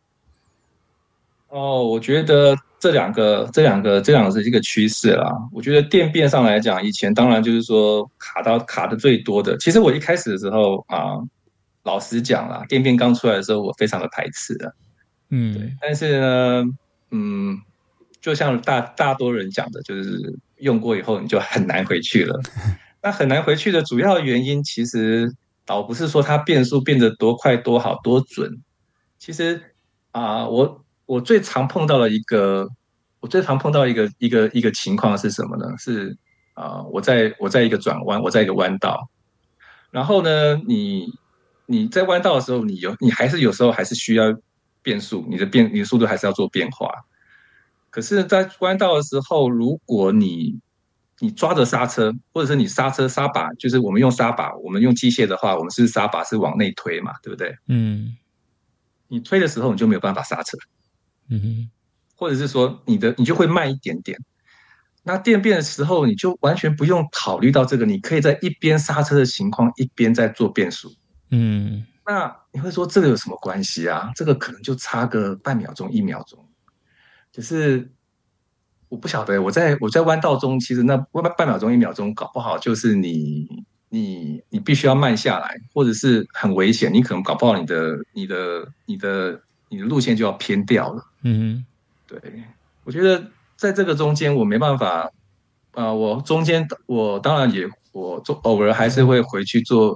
哦，我觉得这两个、这两个、这两个是一个趋势啦。我觉得电变上来讲，以前当然就是说卡到卡的最多的。其实我一开始的时候啊。老实讲啦，电变刚出来的时候，我非常的排斥的，嗯，对。但是呢，嗯，就像大大多人讲的，就是用过以后你就很难回去了。那很难回去的主要原因，其实倒不是说它变速变得多快、多好、多准。其实啊、呃，我我最常碰到的一个，我最常碰到一个一个一个情况是什么呢？是啊、呃，我在我在一个转弯，我在一个弯道，然后呢，你。你在弯道的时候，你有你还是有时候还是需要变速，你的变你的速度还是要做变化。可是，在弯道的时候，如果你你抓着刹车，或者是你刹车刹把，就是我们用刹把，我们用机械的话，我们是刹把是往内推嘛，对不对？嗯。你推的时候，你就没有办法刹车。嗯哼。或者是说，你的你就会慢一点点。那电变的时候，你就完全不用考虑到这个，你可以在一边刹车的情况，一边在做变速。嗯，那你会说这个有什么关系啊？这个可能就差个半秒钟、一秒钟。可是我不晓得，我在我在弯道中，其实那半秒钟、一秒钟，搞不好就是你你你必须要慢下来，或者是很危险，你可能搞不好你的你的你的你的路线就要偏掉了。嗯，对，我觉得在这个中间我没办法，啊、呃，我中间我当然也我偶尔还是会回去做。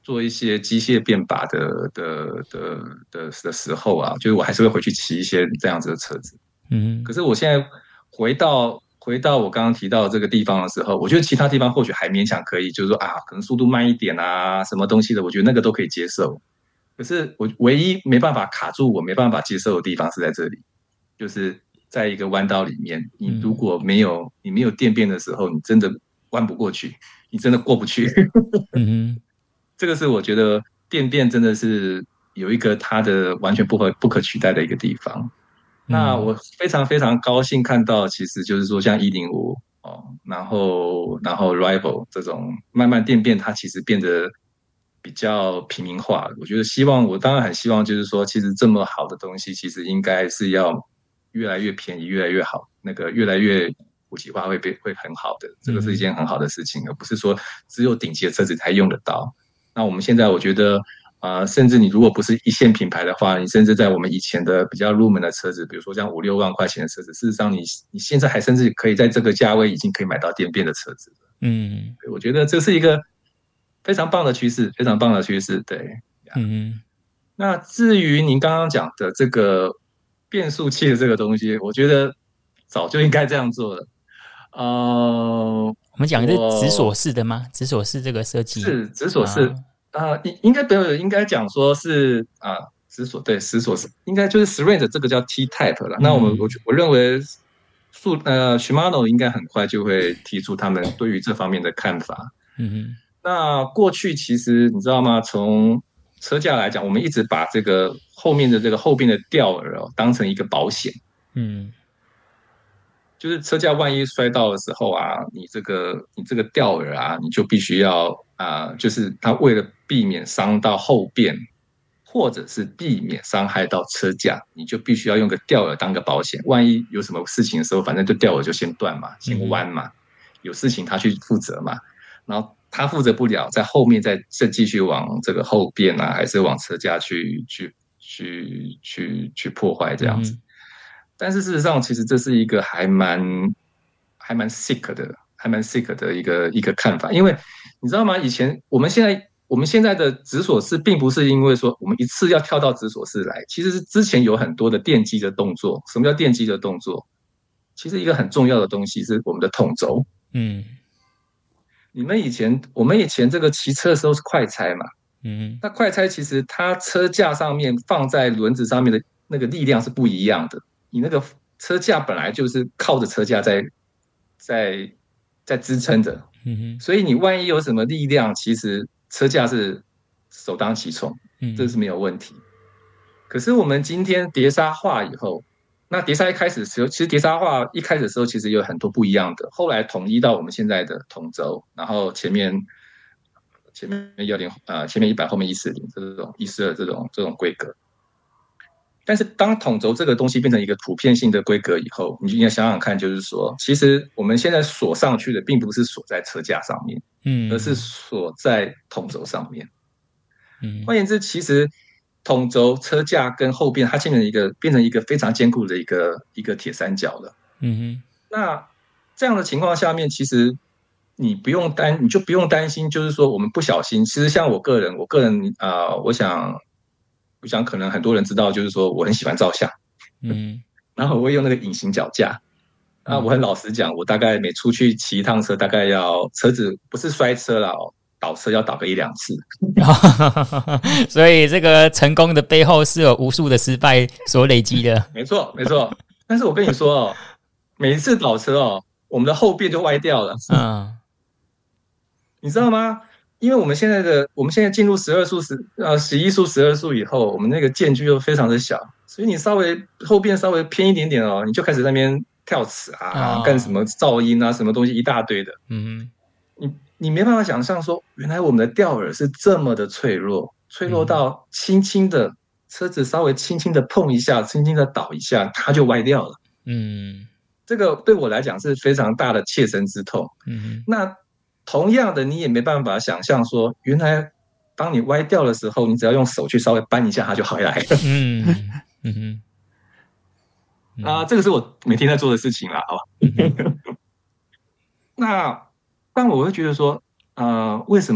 做一些机械变把的的的的的时候啊，就是我还是会回去骑一些这样子的车子。 嗯， 可是我现在回到回到我刚刚提到的这个地方的时候，我觉得其他地方或许还勉强可以，就是说啊，可能速度慢一点啊，什么东西的，我觉得那个都可以接受。可是我唯一没办法卡住我没办法接受的地方是在这里，就是在一个弯道里面，你如果没有你没有电变的时候，你真的弯不过去，你真的过不去。 嗯这个是我觉得电变真的是有一个它的完全不可不可取代的一个地方。那我非常非常高兴看到，其实就是说像一零五哦，然后然后 Rival 这种慢慢电变，它其实变得比较平民化。我觉得希望，我当然很希望，就是说，其实这么好的东西，其实应该是要越来越便宜，越来越好，那个越来越普及化会被会很好的，这个是一件很好的事情，而不是说只有顶级的车子才用得到。那我们现在我觉得。啊、呃，甚至你如果不是一线品牌的话，你甚至在我们以前的比较入门的车子，比如说像五六万块钱的车子，事实上你你现在还甚至可以在这个价位已经可以买到电变的车子了。嗯，我觉得这是一个非常棒的趋势，非常棒的趋势。对，嗯。那至于您刚刚讲的这个变速器的这个东西，我觉得早就应该这样做了。呃， 我们讲的是直锁式的吗？直锁式这个设计是直锁式。啊啊、呃，应该不应该讲说是啊，直锁对直锁是应该就是 SRAM 这个叫 T Type 了。嗯、那我们我我认为速呃 Shimano 应该很快就会提出他们对于这方面的看法。嗯哼。那过去其实你知道吗？从车架来讲，我们一直把这个后面的这个后边的吊耳哦当成一个保险。嗯。就是车架万一摔到的时候啊，你这个你这个吊耳啊，你就必须要啊、呃，就是它为了避免伤到后边，或者是避免伤害到车架，你就必须要用个吊耳当个保险。万一有什么事情的时候，反正就吊耳就先断嘛，先弯嘛，有事情他去负责嘛，然后他负责不了，在后面再再继续往这个后边啊，还是往车架去去去去去破坏这样子。嗯，但是事实上，其实这是一个还蛮还蛮 sick 的，还蛮 sick 的一个一个看法。因为你知道吗？以前我们现在我们现在的直锁式，并不是因为说我们一次要跳到直锁式来，其实是之前有很多的电机的动作。什么叫电机的动作？其实一个很重要的东西是我们的统轴。嗯，你们以前我们以前这个骑车的时候是快拆嘛？嗯，那快拆其实它车架上面放在轮子上面的那个力量是不一样的。你那个车架本来就是靠着车架在在在支撑着，嗯，所以你万一有什么力量，其实车架是首当其冲，这是没有问题。嗯，可是我们今天碟刹化以后，那碟刹一开始的时候，其实碟刹化一开始的时候其实有很多不一样的，后来统一到我们现在的统轴，然后前面前面幺零呃前面一百后面一四零这种一四二这种这种规格。但是当统轴这个东西变成一个普遍性的规格以后，你就应该想想看，就是说，其实我们现在锁上去的并不是锁在车架上面，嗯，而是锁在统轴上面。嗯，换言之，其实统轴、车架跟后边它变成一个变成一个非常坚固的一个一个铁三角了。嗯哼，那这样的情况下面，其实你不用担，你就不用担心，就是说我们不小心。其实像我个人，我个人啊、呃，我想。我想可能很多人知道，就是说我很喜欢照相，嗯，然后我会用那个隐形脚架。那我很老实讲，我大概每出去骑一趟车，大概要车子不是摔车啦，倒车要倒个一两次。 所以这个成功的背后是有无数的失败所累积的。 没错，没错。但是我跟你说哦，每一次倒车哦，我们的后边就歪掉了。嗯，你知道吗？因为我们现在的我们现在进入十二速十呃十一速十二速以后，我们那个间距又非常的小，所以你稍微后边稍微偏一点点哦，你就开始在那边跳齿啊，哦、干什么噪音啊，什么东西一大堆的。嗯，你你没办法想象说，原来我们的吊耳是这么的脆弱，脆弱到轻轻的、嗯、车子稍微轻轻的碰一下，轻轻的倒一下，它就歪掉了。嗯，这个对我来讲是非常大的切身之痛。嗯，那。同样的，你也没办法想象说，原来当你歪掉的时候，你只要用手去稍微扳一下，它就回来了。嗯嗯嗯啊，这个是我每天在做的事情啦，好吧？嗯、那但我会觉得说，呃，为什么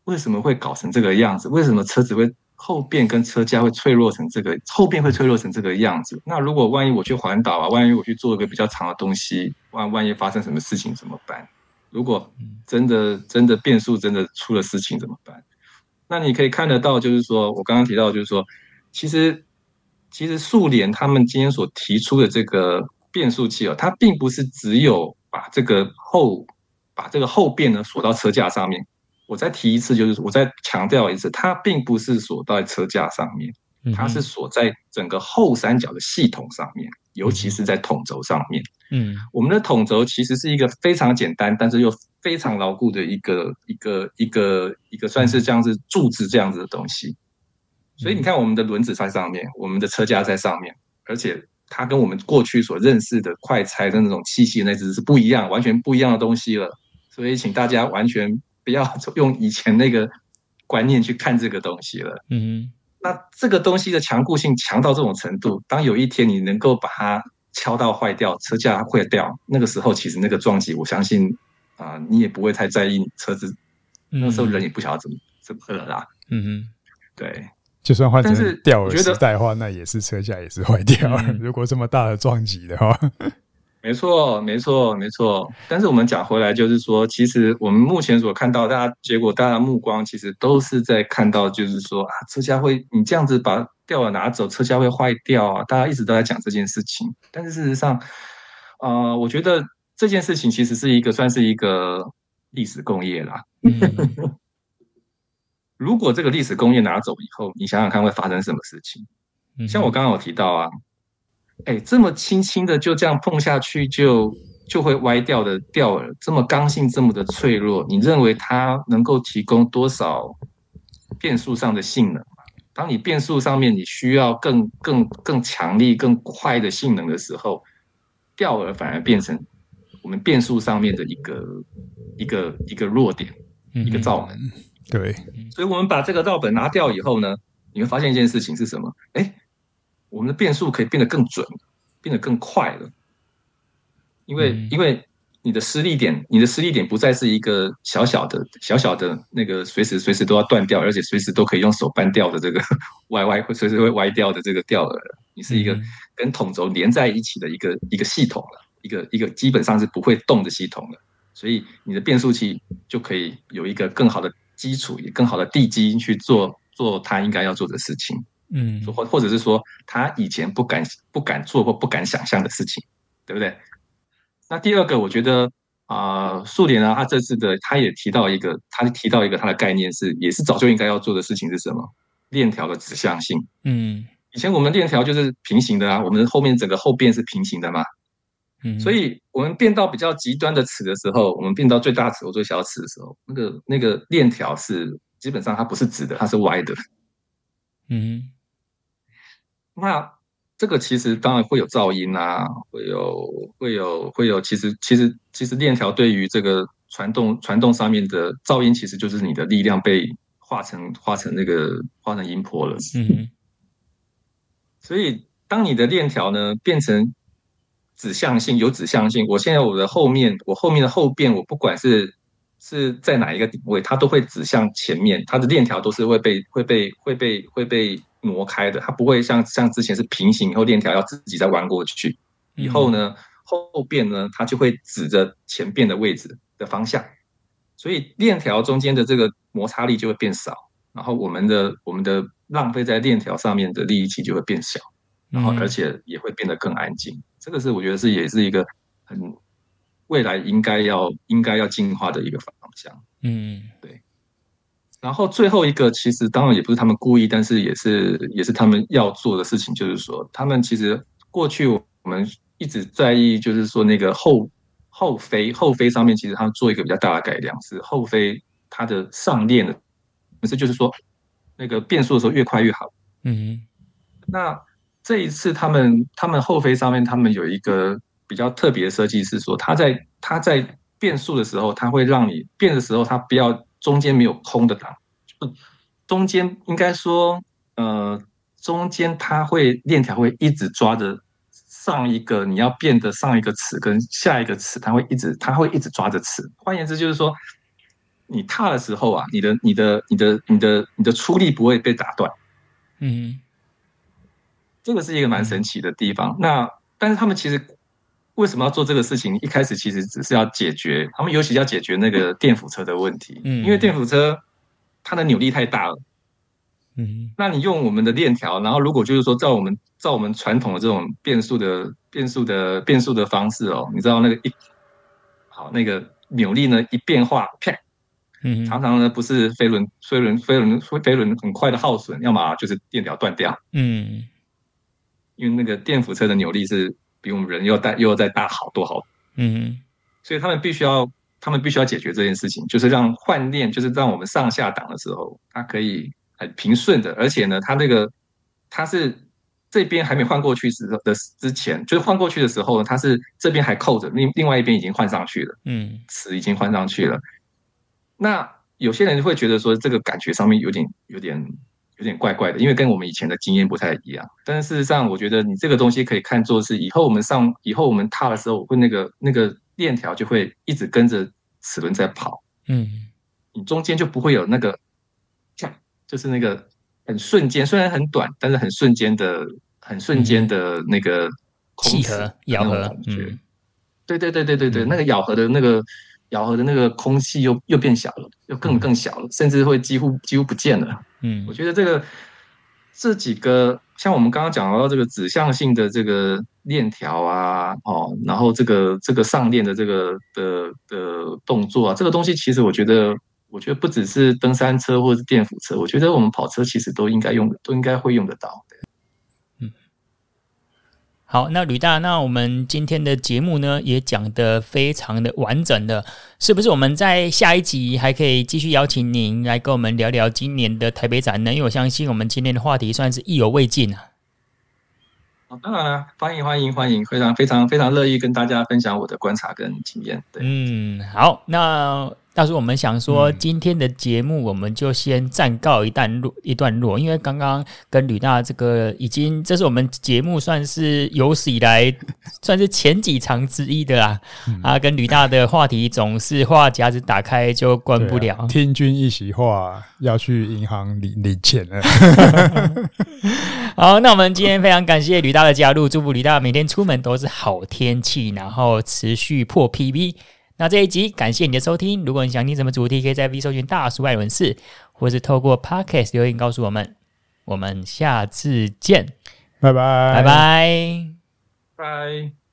为什么会搞成这个样子？为什么车子会后变跟车架会脆弱成这个，后变会脆弱成这个样子？那如果万一我去环岛啊，万一我去做一个比较长的东西，万万一发生什么事情怎么办？如果真的真的变速真的出了事情怎么办？那你可以看得到，就是说我刚刚提到，就是说，其实其实速联他们今天所提出的这个变速器哦，它并不是只有把这个后把这个后变呢锁到车架上面。我再提一次，就是我再强调一次，它并不是锁在车架上面，它是锁在整个后三角的系统上面，尤其是在筒轴上面。嗯，我们的筒轴其实是一个非常简单，但是又非常牢固的一个一个一个一个算是这样子柱子这样子的东西。所以你看，我们的轮子在上面，我们的车架在上面，而且它跟我们过去所认识的快拆的那种气系那只是不一样，完全不一样的东西了。所以请大家完全不要用以前那个观念去看这个东西了。嗯，那这个东西的强固性强到这种程度，当有一天你能够把它敲到坏掉，车架坏掉，那个时候其实那个撞击，我相信啊、呃，你也不会太在意你车子，嗯、那时候人也不晓得怎么怎么了啦。嗯哼，对， 就算换成吊耳时代的话，那也是车架也是坏掉了。嗯、如果这么大的撞击的话。 没错，没错，没错。但是我们讲回来，就是说，其实我们目前所看到，大家结果，大家目光其实都是在看到，就是说啊，车架会，你这样子把吊耳拿走，车架会坏掉啊。大家一直都在讲这件事情，但是事实上，呃，我觉得这件事情其实是一个算是一个历史工业啦。嗯、如果这个历史工业拿走以后，你想想看会发生什么事情？嗯、像我刚刚有提到啊。哎，这么轻轻的就这样碰下去就就会歪掉的吊耳，这么刚性，这么的脆弱，你认为它能够提供多少变速上的性能？当你变速上面你需要更更更强力、更快的性能的时候，吊耳反而变成我们变速上面的一个一个一个弱点，一个罩门。 对， 所以我们把这个罩本拿掉以后呢，你会发现一件事情是什么？哎。我们的变速可以变得更准，变得更快了，因为、嗯、因为你的施力点，你的施力点不再是一个小小的、小小的那个随时随时都要断掉，而且随时都可以用手扳掉的这个歪歪，会随时会歪掉的这个吊耳了。你是一个跟筒轴连在一起的一个一个系统了，一个一个基本上是不会动的系统了。所以你的变速器就可以有一个更好的基础，也更好的地基去做做它应该要做的事情。嗯，或或者是说他以前不敢不敢做或不敢想象的事情，对不对？那第二个，我觉得啊，速联啊，他这次的他也提到一个，他提到一个他的概念是，也是早就应该要做的事情是什么？链条的指向性。嗯，以前我们链条就是平行的啊，我们后面整个后变是平行的嘛。嗯，所以我们变到比较极端的齿的时候，我们变到最大齿或最小齿的时候，那个那个链条是基本上它不是直的，它是歪的。嗯。那这个其实当然会有噪音啊，会有会有会有，其实其实其实链条对于这个传动传动上面的噪音，其实就是你的力量被化成化成那个化成音波了。嗯，所以当你的链条呢变成指向性，有指向性，我现在我的后面我后面的后变，我不管是是在哪一个点位，它都会指向前面，它的链条都是会被会被会被会被挪开的，它不会像像之前是平行以后链条要自己再弯过去，以后呢、嗯、后变呢它就会指着前变的位置的方向，所以链条中间的这个摩擦力就会变少，然后我们的我们的浪费在链条上面的力气就会变小，然后而且也会变得更安静。这个是我觉得是也是一个很未来应该要应该要进化的一个方向。嗯，对。然后最后一个，其实当然也不是他们故意，但是也是也是他们要做的事情，就是说，他们其实过去我们一直在意，就是说那个后后飞后飞上面，其实他们做一个比较大的改良，是后飞它的上链的，可是就是说那个变速的时候越快越好。嗯，那这一次他们他们后飞上面，他们有一个比较特别的设计，是说它在它在变速的时候，它会让你变的时候，它不要中间没有空的档，中间应该说，呃，中间它会链条会一直抓着上一个你要变的上一个齿跟下一个齿，它会一直它会一直抓着齿。换言之，就是说， 你踏的时候啊，你的你的你的你的你的出力不会被打断。 嗯， 这个是一个蛮神奇的地方。嗯、那但是他们其实为什么要做这个事情？一开始其实只是要解决，他们尤其要解决那个电辅车的问题，嗯、因为电辅车它的扭力太大了。嗯，那你用我们的链条，然后如果就是说照我们照我们传统的这种变速的变速的变速的方式哦，你知道那个一好那个扭力呢一变化，啪，嗯，常常呢不是飞轮飞轮飞轮飞轮很快的耗损，要么就是电条断掉，嗯，因为那个电辅车的扭力是比我们人又大又再大好多好多，嗯，所以他们必须要他们必须要解决这件事情，就是让换链，就是让我们上下档的时候，它可以很平顺的，而且呢，它那个它是这边还没换过去时的之前，就是换过去的时候呢，它是这边还扣着，另另外一边已经换上去了，嗯，齿已经换上去了。那有些人会觉得说，这个感觉上面有点有点有点怪怪的，因为跟我们以前的经验不太一样。但是事实上，我觉得你这个东西可以看作是以后我们上以后我们踏的时候，会那个那个链条就会一直跟着齿轮在跑，嗯，你中间就不会有那个。就是那个很瞬间，虽然很短，但是很瞬间的、很瞬间的那个契合、咬合感觉。嗯、 对对对对对对，嗯、那个咬合的那个咬合的那个空气又又变小了，又更更小了，嗯、甚至会几乎几乎不见了。嗯，我觉得这个这几个像我们刚刚讲到这个指向性的这个链条啊，哦，然后这个这个上链的这个的的动作啊，这个东西其实我觉得。我觉得不只是登山车或者是电辅车，我觉得我们跑车其实都应该用，都应该会用得到。 嗯，好，那吕大，那我们今天的节目呢也讲得非常的完整的，是不是？我们在下一集还可以继续邀请您来跟我们聊聊今年的台北展呢？因为我相信我们今天的话题算是意犹未尽啊。 哦，当然了，欢迎欢迎欢迎，非常非常非常乐意跟大家分享我的观察跟经验。对， 嗯，好，那。但是我们想说，今天的节目我们就先暂告一段落，一段落，因为刚刚跟吕大这个已经，这是我们节目算是有史以来算是前几场之一的啦。嗯、啊，跟吕大的话题总是话匣子打开就关不了。 啊、听君一席话，要去银行领领钱了。 好，那我们今天非常感谢吕大的加入，祝福吕大每天出门都是好天气，然后持续破 P B。那这一集感谢你的收听，如果你想听什么主题，可以在 V 搜寻大叔爱伦士，或是透过 Podcast 留言告诉我们。我们下次见， 拜拜， 拜拜， 拜。